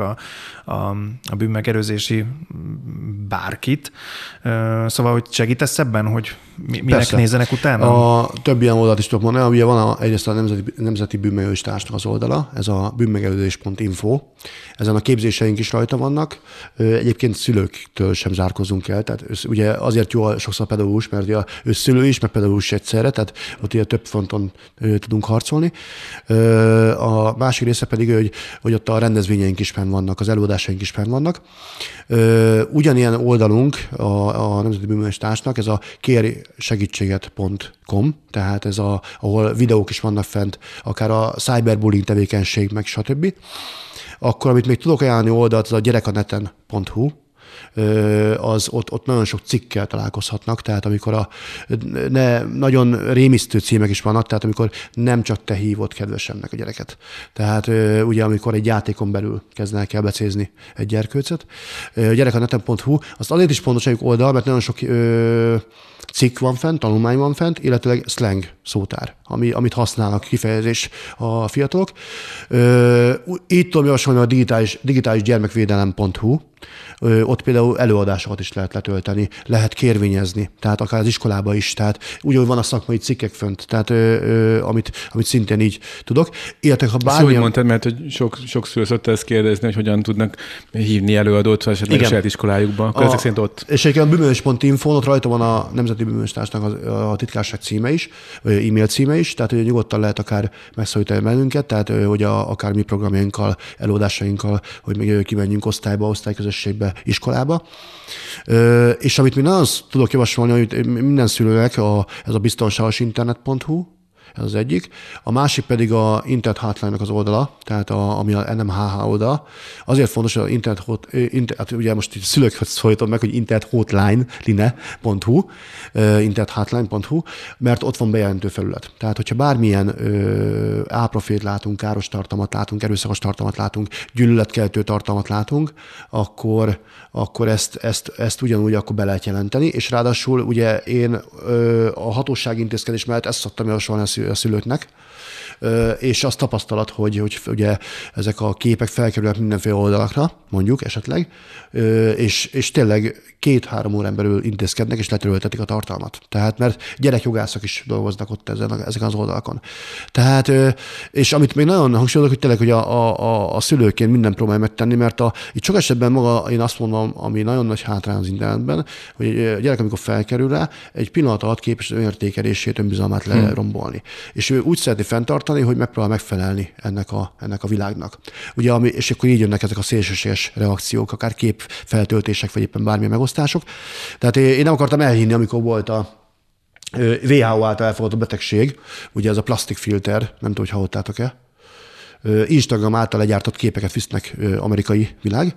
a bűnmegelőzési bárkit. Szóval, hogy segítesz ebben, hogy minek Persze. Nézzenek utána? A több ilyen oldalt is tudok mondani. Ugye van egyrészt a Nemzeti Bűnmegelőzés Társnak az oldala, ez a bűnmegelőzés.info. Ezen a képzéseink is rajta vannak. Egyébként szülőktől sem zárkozunk el. Tehát ugye azért jó sokszor pedagógus, mert ugye ő szülő is, meg pedagógus egyszerre, tehát ott ugye több fronton tudunk harcolni. A másik része pedig, hogy ott a rendezvényeink is fenn vannak, az előadásaink is fenn vannak. Ugyanilyen oldalunk a Nemzeti Bűnmegelőzés Társnak, ez a kérsegítséget.com, tehát ez ahol videók is vannak fent, akár a cyberbullying tevékenység, meg stb. Akkor, amit még tudok ajánlani oldalt, az a gyerekaneten.hu, ott nagyon sok cikkkel találkozhatnak, tehát amikor nagyon rémisztő címek is vannak, tehát amikor nem csak te hívod kedvesemnek a gyereket. Tehát ugye amikor egy játékon belül kezdenek el becézni egy gyerkőcöt. Gyerekaneten.hu, az azért is fontos egy oldal, mert nagyon sok cikk van fent, tanulmány van fent, illetőleg slang szótár, amit használnak kifejezés a fiatalok. Így tudom javasolni a digitális gyermekvédelem.hu, ott például előadásokat is lehet letölteni, lehet kérvényezni, tehát akár az iskolába is, tehát úgy van a szakmai cikkek fönt, tehát amit szintén így tudok. Illetve, ha bármilyen... Ezt úgy mondtad, mert hogy sok szülő szokta ezt kérdezni, hogy hogyan tudnak hívni előadót, vagy esetleg a saját iskolájukban. Akkor ezek szerint ott. És egyébként a bűnös.info, ott rajta van a Nemzeti Bűnöstársnak a titkárság címe is, e-mail címe is, tehát hogy nyugodtan lehet akár megszólítani bennünket, tehát hogy akár mi programjainkkal, előadásainkkal, hogy még kimenjünk osztályba, osztályközösségbe, iskolába. És amit még nagyon tudok javasolni, hogy minden szülőnek ez a biztonságos internet.hu, ez az egyik. A másik pedig a Internet Hotline-nak az oldala, tehát ami a NMHH oldala. Azért fontos, hogy hát ugye most szülőkhöz szólítom meg, hogy Internet Hotline.hu, internethotline.hu, mert ott van bejelentő felület. Tehát, hogyha bármilyen álprofilt látunk, káros tartalmat látunk, erőszakos tartalmat látunk, gyűlöletkeltő tartalmat látunk, akkor ezt ugyanúgy akkor be lehet jelenteni, és ráadásul ugye én a hatósági intézkedés mellett ezt szoktam javasolni a szülőknek, és az tapasztalat, hogy ugye ezek a képek felkerülnek mindenféle oldalakra, mondjuk esetleg, és tényleg 2-3 órán belül intézkednek, és letöröltetik a tartalmat. Tehát, mert gyerekjogászok is dolgoznak ott ezeken az oldalakon. Tehát, és amit még nagyon hangsúlyozok, hogy tényleg, hogy a szülőként minden próbálja megtenni, mert itt sok esetben maga, én azt mondom, ami nagyon nagy hátrány az internetben, hogy a gyerek, amikor felkerül rá, egy pillanat alatt képes önértékelését, önbizalmát lerombolni. És ő úgy szereti fenntartani, hogy megpróbál megfelelni ennek a világnak. Ugye, és akkor így jönnek ezek a szélsőséges reakciók, akár képfeltöltések, vagy éppen bármilyen megosztások. Tehát én nem akartam elhinni, amikor volt a WHO által elfogadott betegség, ugye ez a plastikfilter, nem tudom, hogy hallottátok-e. Instagram által legyártott képeket visznek amerikai világ.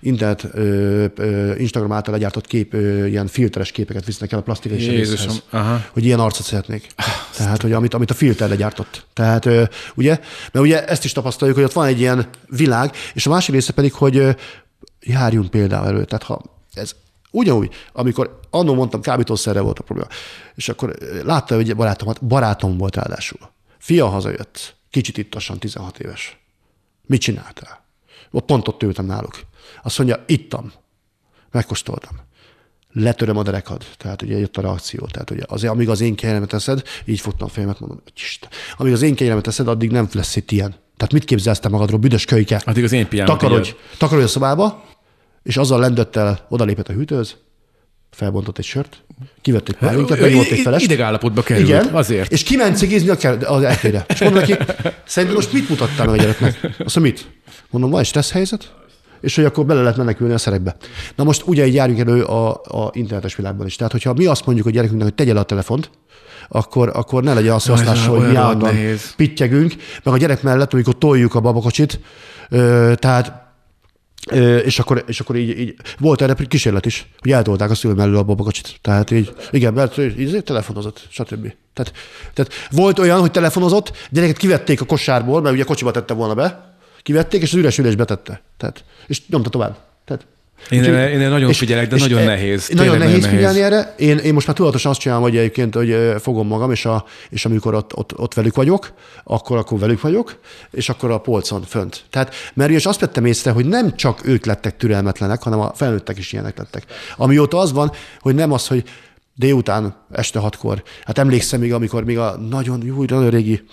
Instagram által legyártott ilyen filteres képeket visznek el a plastikai sebészhez. Hogy ilyen arcot szeretnék. Tehát, hogy amit a filter legyártott. Tehát, ugye, mert ugye ezt is tapasztaljuk, hogy ott van egy ilyen világ, és a másik része pedig, hogy járjunk például elő. Tehát, ha ez ugyanúgy, amikor annól mondtam, kábítószerre volt a probléma, és akkor látta, hogy barátom volt ráadásul. Fia hazajött. Kicsit ittasan, 16 éves. Mit csináltál? Pont ott ültem náluk. Azt mondja, ittam. Megkóstoltam. Letöröm a derekad. Tehát ugye jött a reakció. Tehát ugye azért, amíg az én kényelmet teszed, így fogtam a fejemet, mondom, amíg az én kényelmet teszed, addig nem lesz itt ilyen. Tehát mit képzelsz te magadról, büdös kölyke? Addig az én piámat. Takarodj a szobába, és azzal lendöttel odalépett a hűtőhöz, felbontott egy sört, kivett egy pálinket, megnyomott egy felest. Idegállapotba került, igen, azért. És kiment cigizni az elkére. És mondom neki, szerintem most mit mutattál meg a gyereknek? Azt mondom, mit? Mondom, van egy stressz helyzet, és hogy akkor bele lehet menekülni a szerekbe. Na most ugyanígy járjunk elő a internetes világban is. Tehát, hogyha mi azt mondjuk a gyerekünknek, hogy tegye le a telefont, akkor ne legyen azt, hogy hogy mi állandóan pittyegünk, meg a gyerek mellett, amikor toljuk a babakocsit, tehát és akkor így volt erre kísérlet is, hogy eltolták a szülő mellől a babakocsit. Tehát így, igen, mert így telefonozott, stb. Tehát volt olyan, hogy telefonozott, gyereket kivették a kosárból, mert ugye kocsiba tette volna be, kivették, és az üres ülésbe tette. Tehát, és nyomta tovább. Tehát, én nagyon figyelek, de nagyon nehéz. Nagyon nehéz figyelni erre. Én most már tudatosan azt csinálom, hogy egyébként, hogy fogom magam, és amikor ott velük vagyok, akkor velük vagyok, és akkor a polcon fönt. Tehát, mert is azt vettem észre, hogy nem csak ők lettek türelmetlenek, hanem a felnőttek is ilyenek lettek. Amióta az van, hogy nem az, hogy délután, este 6-kor. Hát emlékszem még, amikor még a nagyon régi,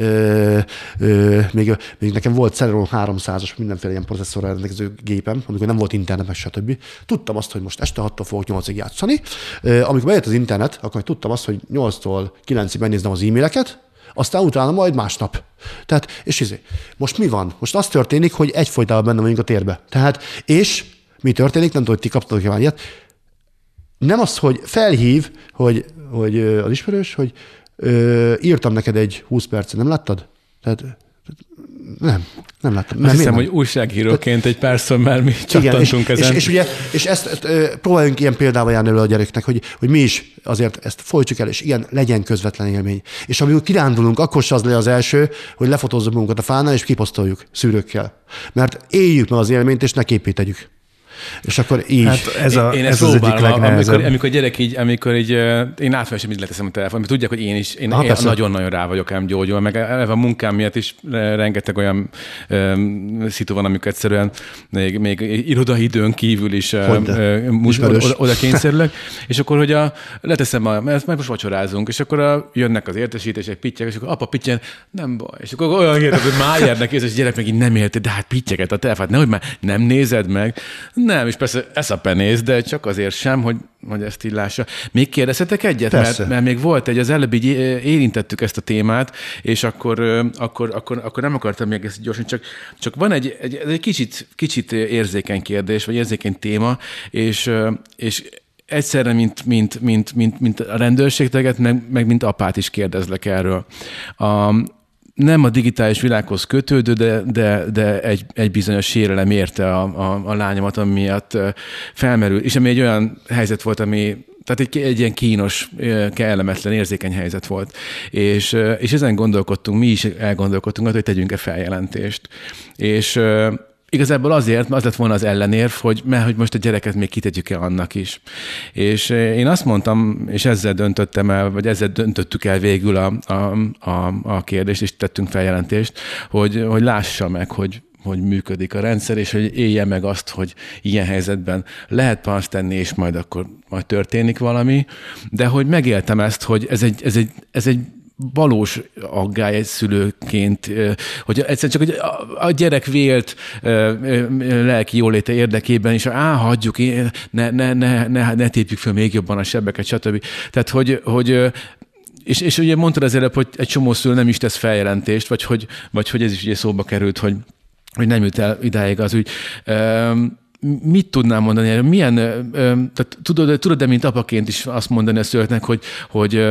még nekem volt Celeron 300-as mindenféle ilyen processzorral rendelkező gépem, amikor nem volt internet, meg stb. Tudtam azt, hogy most este 6-tól fogok 8-ig játszani. Amikor bejött az internet, akkor tudtam azt, hogy 8-tól 9-ig megnéznem az e-maileket, aztán utána majd másnap. Tehát, és most mi van? Most az történik, hogy egyfolytában benne vagyunk a térbe. Tehát, és mi történik? Nem tudom, hogy ti kaptatok el ilyet. Nem az, hogy felhív, hogy az ismerős, hogy írtam neked egy 20 percet, nem láttad? Tehát nem láttam. Azt hiszem, hogy újságíróként egy párszor már mi csattantunk ezen. És ezt próbáljunk ilyen példával járni elő a gyereknek, hogy mi is azért ezt folytsuk el, és igen, legyen közvetlen élmény. És amikor kirándulunk, akkor se az legyen az első, hogy lefotózzuk magunkat a fánál, és kiposztoljuk szűrőkkel. Mert éljük meg az élményt, és ne képét tegyük. És akkor így... Hát én ezt az egyik legnehezebb. Amikor így én átfelesen így leteszem a telefon, mert tudják, hogy én nagyon-nagyon rá vagyok ám gyógyul, meg a munkám miatt is rengeteg olyan szitu van, amikor egyszerűen még irodaidőn kívül is oda kényszerülök, és akkor, hogy leteszem, mert most vacsorázunk, és akkor jönnek az értesítések, pittyek, és akkor apa pittyen, nem baj. És akkor olyan hírek, hogy Májernek és a gyerek meg így nem érti, de hát pittyeget a telefát, nehogy már nem nézed meg. Nem, és persze ez a penész, de csak azért sem, hogy ezt így lássa. Még kérdezhetek egyet? Mert még volt az előbb így érintettük ezt a témát, és akkor nem akartam még ezt gyorsan, csak van egy kicsit érzékeny kérdés, vagy érzékeny téma, és egyszerre, mint a rendőrségteget, meg mint apát is kérdezlek erről. Nem a digitális világhoz kötődő, de egy bizonyos sérelem érte a lányomat, ami miatt felmerül. És ami egy olyan helyzet volt, tehát egy ilyen kínos, kellemetlen, érzékeny helyzet volt. És ezen gondolkodtunk, mi is elgondolkodtunk, hogy tegyünk-e feljelentést. És igazából azért, mert az lett volna az ellenérv, hogy most a gyereket még kitegyük-e annak is. És én azt mondtam, és ezzel döntöttem el, vagy ezzel döntöttük el végül a kérdést, és tettünk feljelentést, hogy lássa meg, hogy működik a rendszer, és hogy élje meg azt, hogy ilyen helyzetben lehet panaszt tenni, és majd történik valami, de hogy megéltem ezt, hogy ez egy valós aggály egy szülőként, hogy egyszerűen csak hogy a gyerek vélt lelki jóléte érdekében, és hagyjuk, ne tépjük föl még jobban a sebeket, stb. Tehát, hogy és ugye mondtad az előbb, hogy egy csomó szülő nem is tesz feljelentést, vagy hogy ez is ugye szóba került, hogy nem jut el idáig az ügy. Mit tudnám mondani erről? Tehát tudod-e, mint apaként is azt mondani a szülőknek, hogy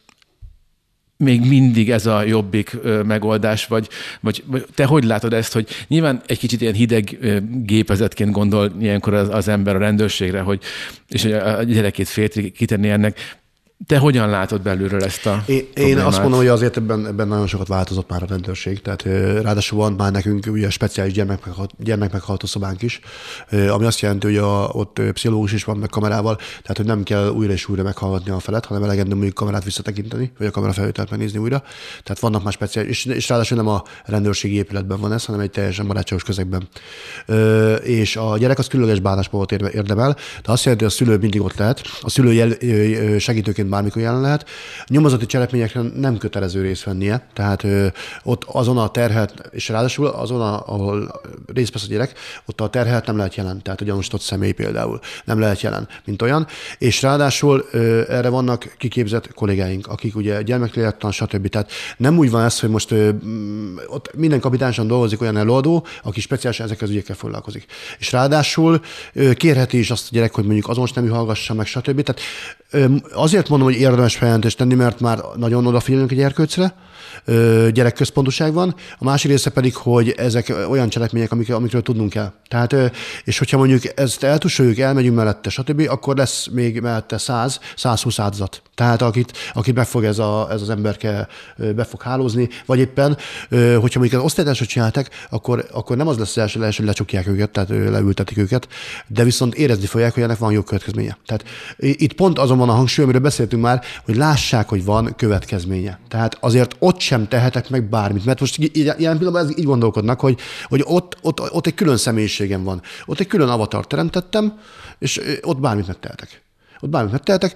még mindig ez a jobbik megoldás, vagy te hogy látod ezt, hogy nyilván egy kicsit ilyen hideg gépezetként gondol ilyenkor az ember a rendőrségre, és a gyerekét félre kitenni ennek. Te hogyan látod belülről ezt a Én azt mondom, hogy azért ebben nagyon sokat változott már a rendőrség. Tehát ráadásul van már nekünk ugye speciális gyermekmeghallgató szobánk is, ami azt jelenti, hogy ott pszichológus is van meg kamerával, tehát hogy nem kell újra és újra meghallgatni a felet, hanem elegendő mondjuk kamerát visszatekinteni, vagy a kamerafelvételt megnézni újra. Tehát vannak már speciális, és ráadásul nem a rendőrségi épületben van ez, hanem egy teljesen barátságos közegben. És a gyerek az különleges bánásmódot érdemel, de azt jelenti, hogy a szülő mindig ott lehet, a szülő segítőként bármikor jelen lehet. Nyomozati cselekményekre nem kötelező részt vennie, tehát ott azon a terhelt, és ráadásul azon, ahol részt vesz a gyerek, ott a terhelt nem lehet jelen, tehát a gyanúsított személy például nem lehet jelen, mint olyan, és ráadásul erre vannak kiképzett kollégáink, akik ugye gyermeklélettan, stb. Tehát nem úgy van ez, hogy most ott minden kapitánsan dolgozik olyan előadó, aki speciálisan ezekkel az ügyekkel foglalkozik. És ráadásul kérheti is azt a gyerek, hogy mondjuk azonos nemű hallgassa meg, stb. Tehát azért mondom, hogy érdemes feljelentést tenni, mert már nagyon odafigyelünk egy gyerkőcre, gyerekközpontúság van, a másik része pedig, hogy ezek olyan cselekmények, amikről tudnunk kell. Tehát, és hogyha mondjuk ezt eltussoljuk, elmegyünk mellette, stb., akkor lesz még mellette 100-120 áldozat. Tehát akit meg fog ez az emberke be fog hálózni, vagy éppen, hogyha mondjuk az osztálytársat csináltak, akkor nem az lesz az első, hogy lecsukják őket, tehát leültetik őket, de viszont érezni fogják, hogy ennek van jó következménye. Tehát itt pont azon van a hangsúly, amiről beszéltünk már, hogy lássák, hogy van következménye. Tehát azért ott sem tehetek meg bármit, mert most ilyen pillanatban így gondolkodnak, hogy ott egy külön személyiségem van. Ott egy külön avatar teremtettem, és ott bármit megtehetek.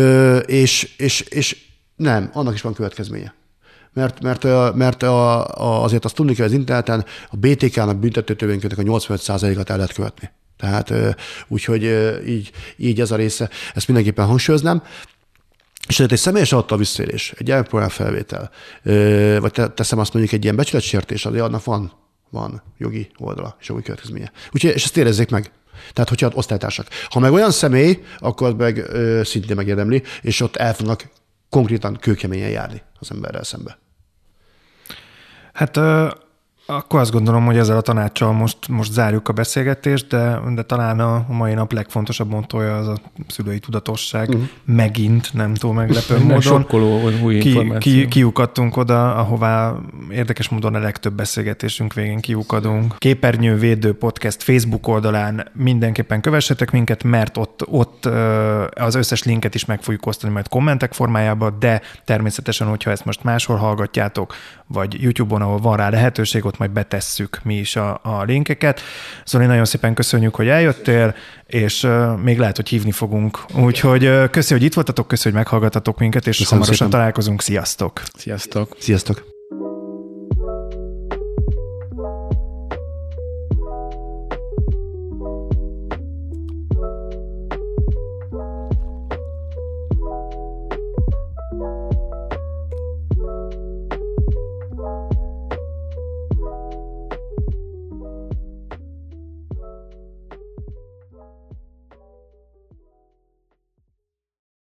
És nem, annak is van következménye. Mert azért azt tudni kell, az interneten a BTK-nak büntetőtörvénykönyvnek a 85%-át el lehet követni. Tehát úgyhogy így ez a része, ezt mindenképpen hangsúlyoznám. És egy személyes adattal visszaélés, egy gyermekprogram felvétel, vagy teszem azt mondjuk egy ilyen becsületsértés, azért annak van jogi oldala és jogi következménye. Úgyhogy, és ezt érezzék meg. Tehát, hogyha osztálytársak. Ha meg olyan személy, akkor meg szintén megérdemli, és ott el fognak konkrétan kőkeményen járni az emberrel szembe. Hát Akkor azt gondolom, hogy ezzel a tanácssal most zárjuk a beszélgetést, de talán a mai nap legfontosabb montója az a szülői tudatosság. Megint, nem túl meglepő módon. Sokkoló új információ. Kiukadtunk oda, ahová érdekes módon a legtöbb beszélgetésünk végén kiukadunk. Képernyővédő podcast Facebook oldalán mindenképpen kövessetek minket, mert ott az összes linket is meg fogjuk osztani majd kommentek formájában, de természetesen, hogyha ezt most máshol hallgatjátok, vagy YouTube-on, ahol van rá lehetőség, ott majd betesszük mi is a linkeket. Zoli, nagyon szépen köszönjük, hogy eljöttél, és még lehet, hogy hívni fogunk. Úgyhogy köszi, hogy itt voltatok, köszi, hogy meghallgatatok minket, és hamarosan találkozunk. Sziasztok! Sziasztok! Sziasztok!